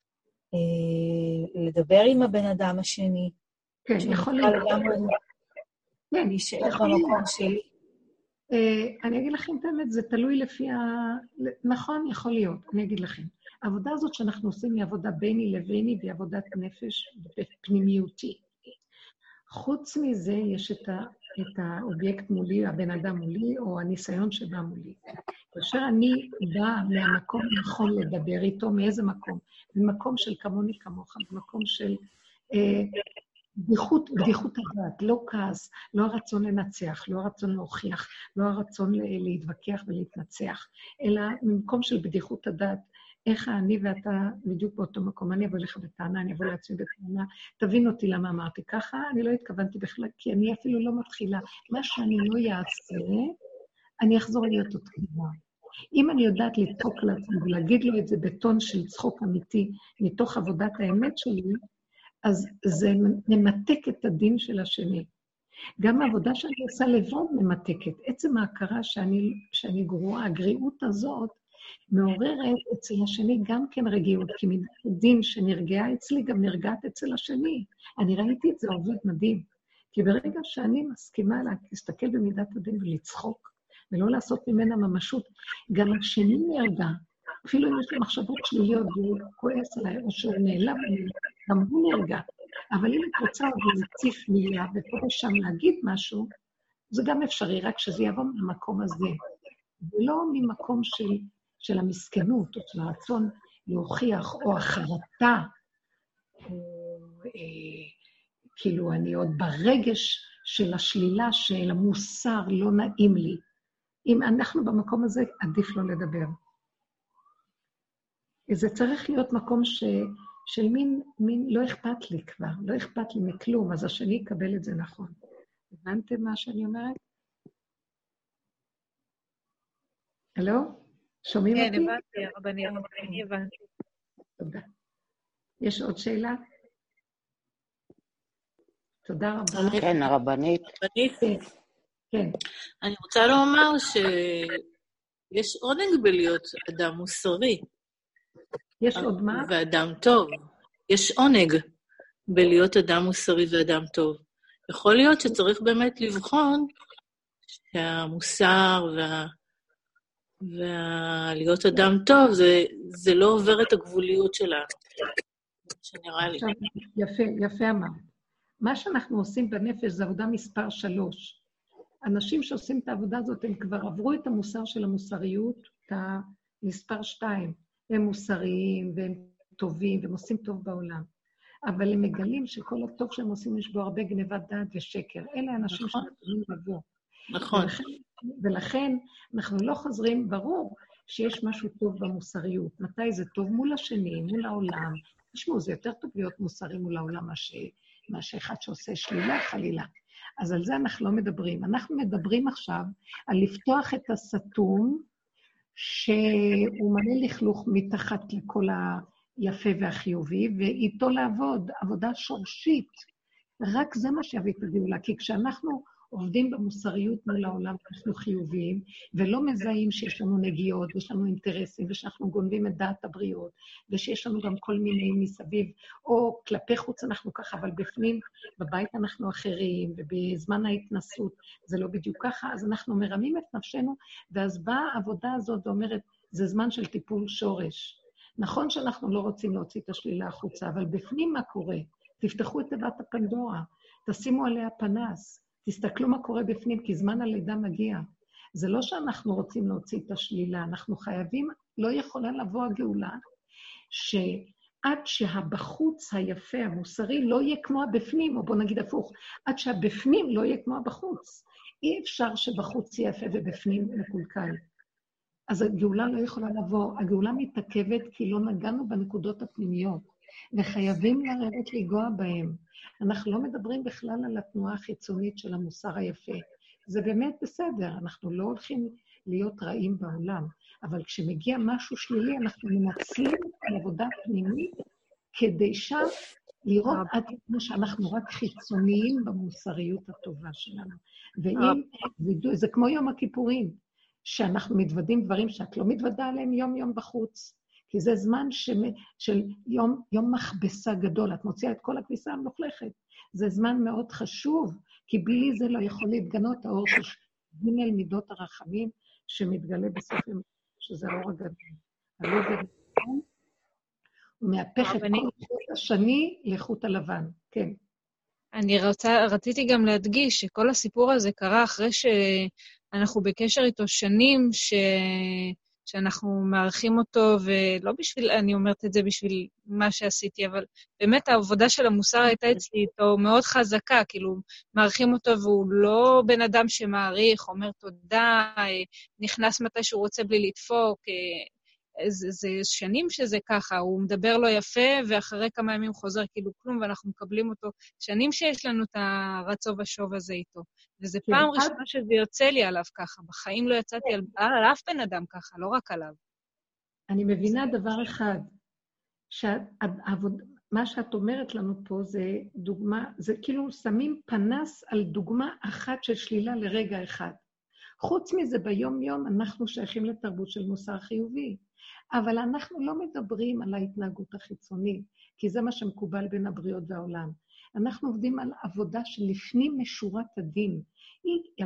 לדבר עם הבן אדם השני. כן, יכול להיות. כן, להישאר במקום שלי. אני אגיד לכם את האמת, זה תלוי לפי נכון, יכול להיות, אני אגיד לכם. העבודה הזאת שאנחנו עושים היא עבודה ביני לביני, והיא עבודת נפש פנימיותי. חוץ מזה יש את האובייקט מולי, הבן אדם מולי, או הניסיון שבא מולי. כאשר אני באה מהמקום הנכון לדבר איתו, מאיזה מקום? ממקום של כמוני כמוך, במקום של בדיחות הדעת, לא כעס, לא הרצון לנצח, לא הרצון להוכיח, לא הרצון להתווכח ולהתנצח, אלא ממקום של בדיחות הדעת, איך אני ואתה בדיוק באותו מקום, אני אבוא לך בטענה, אני אבוא לעצמי בטענה, תבין אותי למה אמרתי ככה, אני לא התכוונתי בכלל, כי אני אפילו לא מתחילה, מה שאני לא יעשה, אני אחזור להיות אותו דבר. אם אני יודעת לצחוק לעצמי ולהגיד לו את זה בטון של צחוק אמיתי, מתוך עבודת האמת שלי, אז זה ממתק את הדין של השני. גם העבודה שאני עושה לבד ממתקת. עצם ההכרה שאני גרועה, הגריעות הזאת, מעוררת אצל השני גם כן רגיעות, כי מידת הדין שנרגעה אצלי גם נרגעת אצל השני. אני ראיתי את זה עובד מדהים, כי ברגע שאני מסכימה להסתכל במידת הדין ולצחוק, ולא לעשות ממנה ממשות, גם השני נרגע, אפילו אם יש לו מחשבות שליליות והוא כועס עליי, או שהוא נעלם, גם הוא נרגע. אבל אם את רוצה להציף מילה ופה ושם להגיד משהו, זה גם אפשרי, רק שזה יבוא מהמקום הזה. ולא ממקום של המסכנות, או של הרצון להוכיח, או החרטה, או כאילו אני עוד ברגש של השלילה, של המוסר לא נעים לי. אם אנחנו במקום הזה, עדיף לא לדבר. זה צריך להיות מקום של מין לא אכפת לי כבר, לא אכפת לי מכלום, אז השני יקבל את זה נכון. הבנתם מה שאני אומרת? הלו? שומעים אותי? כן, הבנתי, הרבנית, אני הבנתי. תודה. יש עוד שאלה? תודה רבה. כן, הרבנית. כן. אני רוצה לומר שיש עונג בלהיות אדם מוסרי. יש עוד מה? ואדם טוב. יש עונג בלהיות אדם מוסרי ואדם טוב. יכול להיות שצריך באמת לבחון שהמוסר ולהיות אדם טוב, זה לא עובר את הגבוליות שלנו. שנראה לי. יפה אמרת. מה שאנחנו עושים בנפש זה עבודה מספר 3. אנשים שעושים את העבודה הזאת, הם כבר עברו את המוסר של המוסריות, את המספר 2. הם מוסריים והם טובים והם עושים טוב בעולם. אבל הם מגלים שכל הטוב שהם עושים יש בו הרבה גנבת דעת ושקר. אלה אנשים שנתונים לבוא. נכון. ולכן אנחנו לא חוזרים, ברור שיש משהו טוב במוסריות. מתי זה טוב? מול השני, מול העולם. תשמעו, זה יותר טוב להיות מוסרי מול העולם מאשר אחד שעושה שלילה חלילה. אז על זה אנחנו לא מדברים. אנחנו מדברים עכשיו על לפתוח את הסתום, שהוא מלא לכלוך מתחת לכל היפה והחיובי, ואיתו לעבוד, עבודה שורשית. רק זה מה שיביא את הגאולה, כי כשאנחנו עובדים במוסריות מול העולם, אנחנו חיוביים, ולא מזהים שיש לנו נגיעות, ויש לנו אינטרסים, ושאנחנו גונבים את דעת הבריאות, ושיש לנו גם כל מיני מסביב, או כלפי חוץ אנחנו ככה, אבל בפנים, בבית אנחנו אחרים, ובזמן ההתנסות זה לא בדיוק ככה, אז אנחנו מרמים את נפשנו, ואז באה העבודה הזאת ואומרת, זה זמן של טיפול שורש. נכון שאנחנו לא רוצים להוציא את השלילה החוצה, אבל בפנים מה קורה? תפתחו את תיבת הפנדורה, תשימו עליה פנס, תסתכלו מה קורה בפנים, כי זמן הלידה מגיע. זה לא שאנחנו רוצים להוציא את השלילה, אנחנו חייבים, לא יכולה לבוא הגאולה, שעד שהבחוץ היפה, המוסרי, לא יהיה כמו הבפנים, או בוא נגיד הפוך, עד שהבפנים לא יהיה כמו הבחוץ. אי אפשר שבחוץ יהיה יפה ובפנים מקולקל. אז הגאולה לא יכולה לבוא, הגאולה מתעכבת כי לא נגענו בנקודות הפנימיות, וחייבים לרדת לגוע בהם. אנחנו לא מדברים בכלל על התנועה החיצונית של המוסר היפה. זה באמת בסדר, אנחנו לא הולכים להיות רעים בעולם, אבל כשמגיע משהו שלילי, אנחנו מנצלים על עבודה פנימית, כדי שם לראות עד כמו שאנחנו רק חיצוניים במוסריות הטובה שלנו. ואם, זה כמו יום הכיפורים, שאנחנו מתוודים דברים שאת לא מתוודה עליהם יום בחוץ, כי זה זמן של יום מכבסה גדול, את מוציאה את כל הכביסה המלוכלכת. זה זמן מאוד חשוב, כי בלי זה לא יכול להתגנות האור של ג' מידות הרחמים, שמתגלה בסוף יום, שזה האור הגדול. הלב הגדול, הוא מהפך את כל חוט השני לחוט הלבן. כן. אני רציתי גם להדגיש שכל הסיפור הזה קרה אחרי שאנחנו בקשר איתו שנים, שאנחנו מערכים אותו, ולא בשביל, אני אומרת את זה בשביל מה שעשיתי, אבל באמת העבודה של המוסר הייתה אצלי איתו מאוד חזקה, כאילו מערכים אותו והוא לא בן אדם שמעריך, אומר תודה, נכנס מתי שהוא רוצה בלי לדפוק, זה שנים שזה ככה, הוא מדבר לו יפה, ואחרי כמה ימים חוזר כאילו כלום, ואנחנו מקבלים אותו, שנים שיש לנו את הרצו ושוב הזה איתו. וזה פעם ראשונה שזה יוצא לי עליו ככה, בחיים לא יצאתי על אף בן אדם ככה, לא רק עליו. אני מבינה דבר אחד, מה שאת אומרת לנו פה זה דוגמה, זה כאילו שמים פנס על דוגמה אחת של שלילה לרגע אחד. חוץ מזה, ביום יום אנחנו שייכים לתרבות של מוסר חיובי, אבל אנחנו לא מדברים על ההתנהגות החיצונית, כי זה מה שמקובל בין הבריות והעולם. אנחנו עובדים על עבודה שלפנים משורת הדין. היא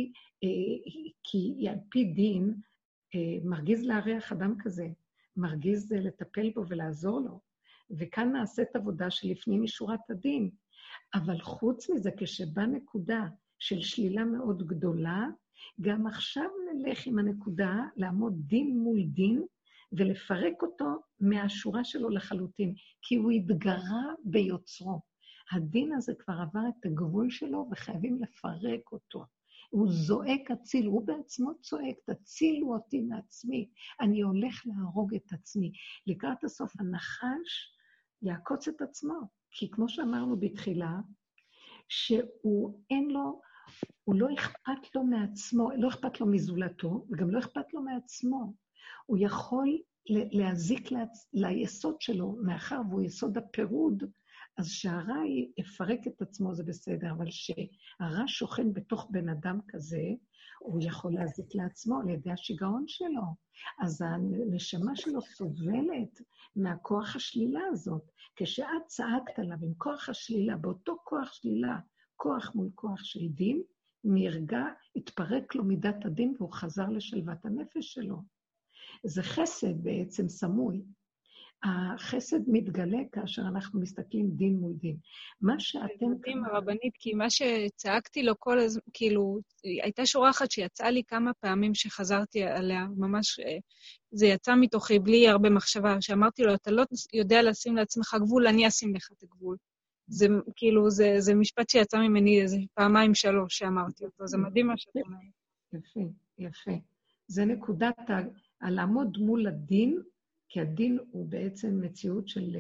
על פי דין, מרגיז להריח אדם כזה, מרגיז לטפל בו ולעזור לו, וכאן נעשית עבודה שלפנים משורת הדין. אבל חוץ מזה, כשבא נקודה של שלילה מאוד גדולה, גם עכשיו נלך עם הנקודה לעמוד דין מול דין, ולפרק אותו מהשורה שלו לחלוטין, כי הוא התגרה ביוצרו. הדין הזה כבר עבר את הגבול שלו, וחייבים לפרק אותו. הוא זועק הציל, הוא בעצמו צועק, תצילו אותי מעצמי, אני הולך להרוג את עצמי. לקראת הסוף הנחש יעקוץ את עצמו, כי כמו שאמרנו בתחילה, שהוא אין לו, הוא לא אכפת לו מעצמו, לא אכפת לו מזולתו, וגם לא אכפת לו מעצמו. הוא יכול להזיק ליסוד שלו, מאחר והוא יסוד הפירוד, אז שהרע יפרק את עצמו זה בסדר, אבל שהרע שוכן בתוך בן אדם כזה, הוא יכול להזיק לעצמו על ידי השיגעון שלו. אז הנשמה שלו סובלת מהכוח השלילה הזאת. כשאת צעקת עליו עם כוח השלילה, באותו כוח שלילה, כוח מול כוח של דין, נרגע, התפרק לו מידת הדין והוא חזר לשלוות הנפש שלו. זה חסד בעצם סמוי. החסד מתגלה כאשר אנחנו מסתכלים דין מול דין. מה שאתם... מדהים, הרבנית, כי מה שצעקתי לו כל הזמן, כאילו, הייתה שורה אחת שיצאה לי כמה פעמים שחזרתי עליה, ממש, זה יצא מתוכי בלי הרבה מחשבה, שאמרתי לו, אתה לא יודע לשים לעצמך גבול, אני אשים לך את הגבול. זה כאילו, זה משפט שיצא ממני איזה פעמיים שלוש שאמרתי אותו, זה מדהים מה שאת אומרת. יפה, יפה. זה נקודת לעמוד מול הדין, כי הדין הוא בעצם מציאות של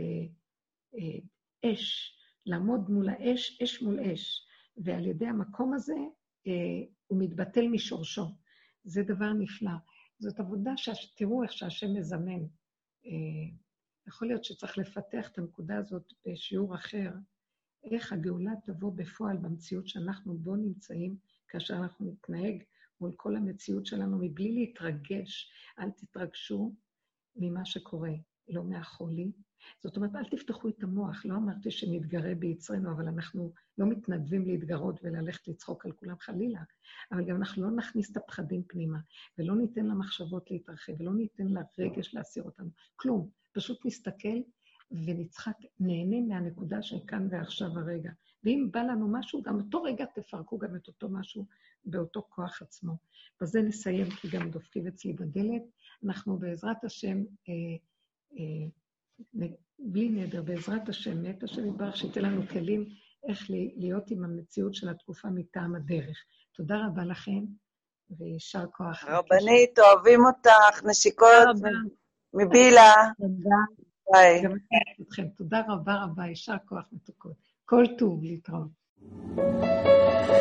אש, לעמוד מול האש, אש מול אש, ועל ידי המקום הזה הוא מתבטל משורשו. זה דבר נפלא. זאת עבודה שתראו איך שהשם מזמן. יכול להיות שצריך לפתח את הנקודה הזאת בשיעור אחר, איך הגאולה תבוא בפועל במציאות שאנחנו בו נמצאים, כאשר אנחנו נתנהג מול כל המציאות שלנו מבלי להתרגש. אל תתרגשו ממה שקורה, לא מהחולי. זאת אומרת, אל תפתחו את המוח. לא אמרתי שנתגרה ביצרנו, אבל אנחנו לא מתנדבים להתגרות וללכת לצחוק על כולם חלילה. אבל גם אנחנו לא נכניס את הפחדים פנימה, ולא ניתן למחשבות להתרחב, ולא ניתן לרגש להסיר אותנו. כלום. פשוט נסתכל ונצחק, נהנה מהנקודה של כאן ועכשיו הרגע. ואם בא לנו משהו, גם אותו רגע תפרקו גם את אותו משהו באותו כוח עצמו. בזה נסיים, כי גם דופקים אצלי בדלת. אנחנו בעזרת השם, בלי נדר, בעזרת השם, מאת השם יתברך, שייתן לנו כלים איך להיות עם המציאות של התקופה מטעם הדרך. תודה רבה לכם, וישר כוח. רבנית, אוהבים אותך, נשיקות מבילה. תודה. ביי. גם אתכם, תודה רבה רבה, ישר כוח מתוקות. כל טוב להתראות.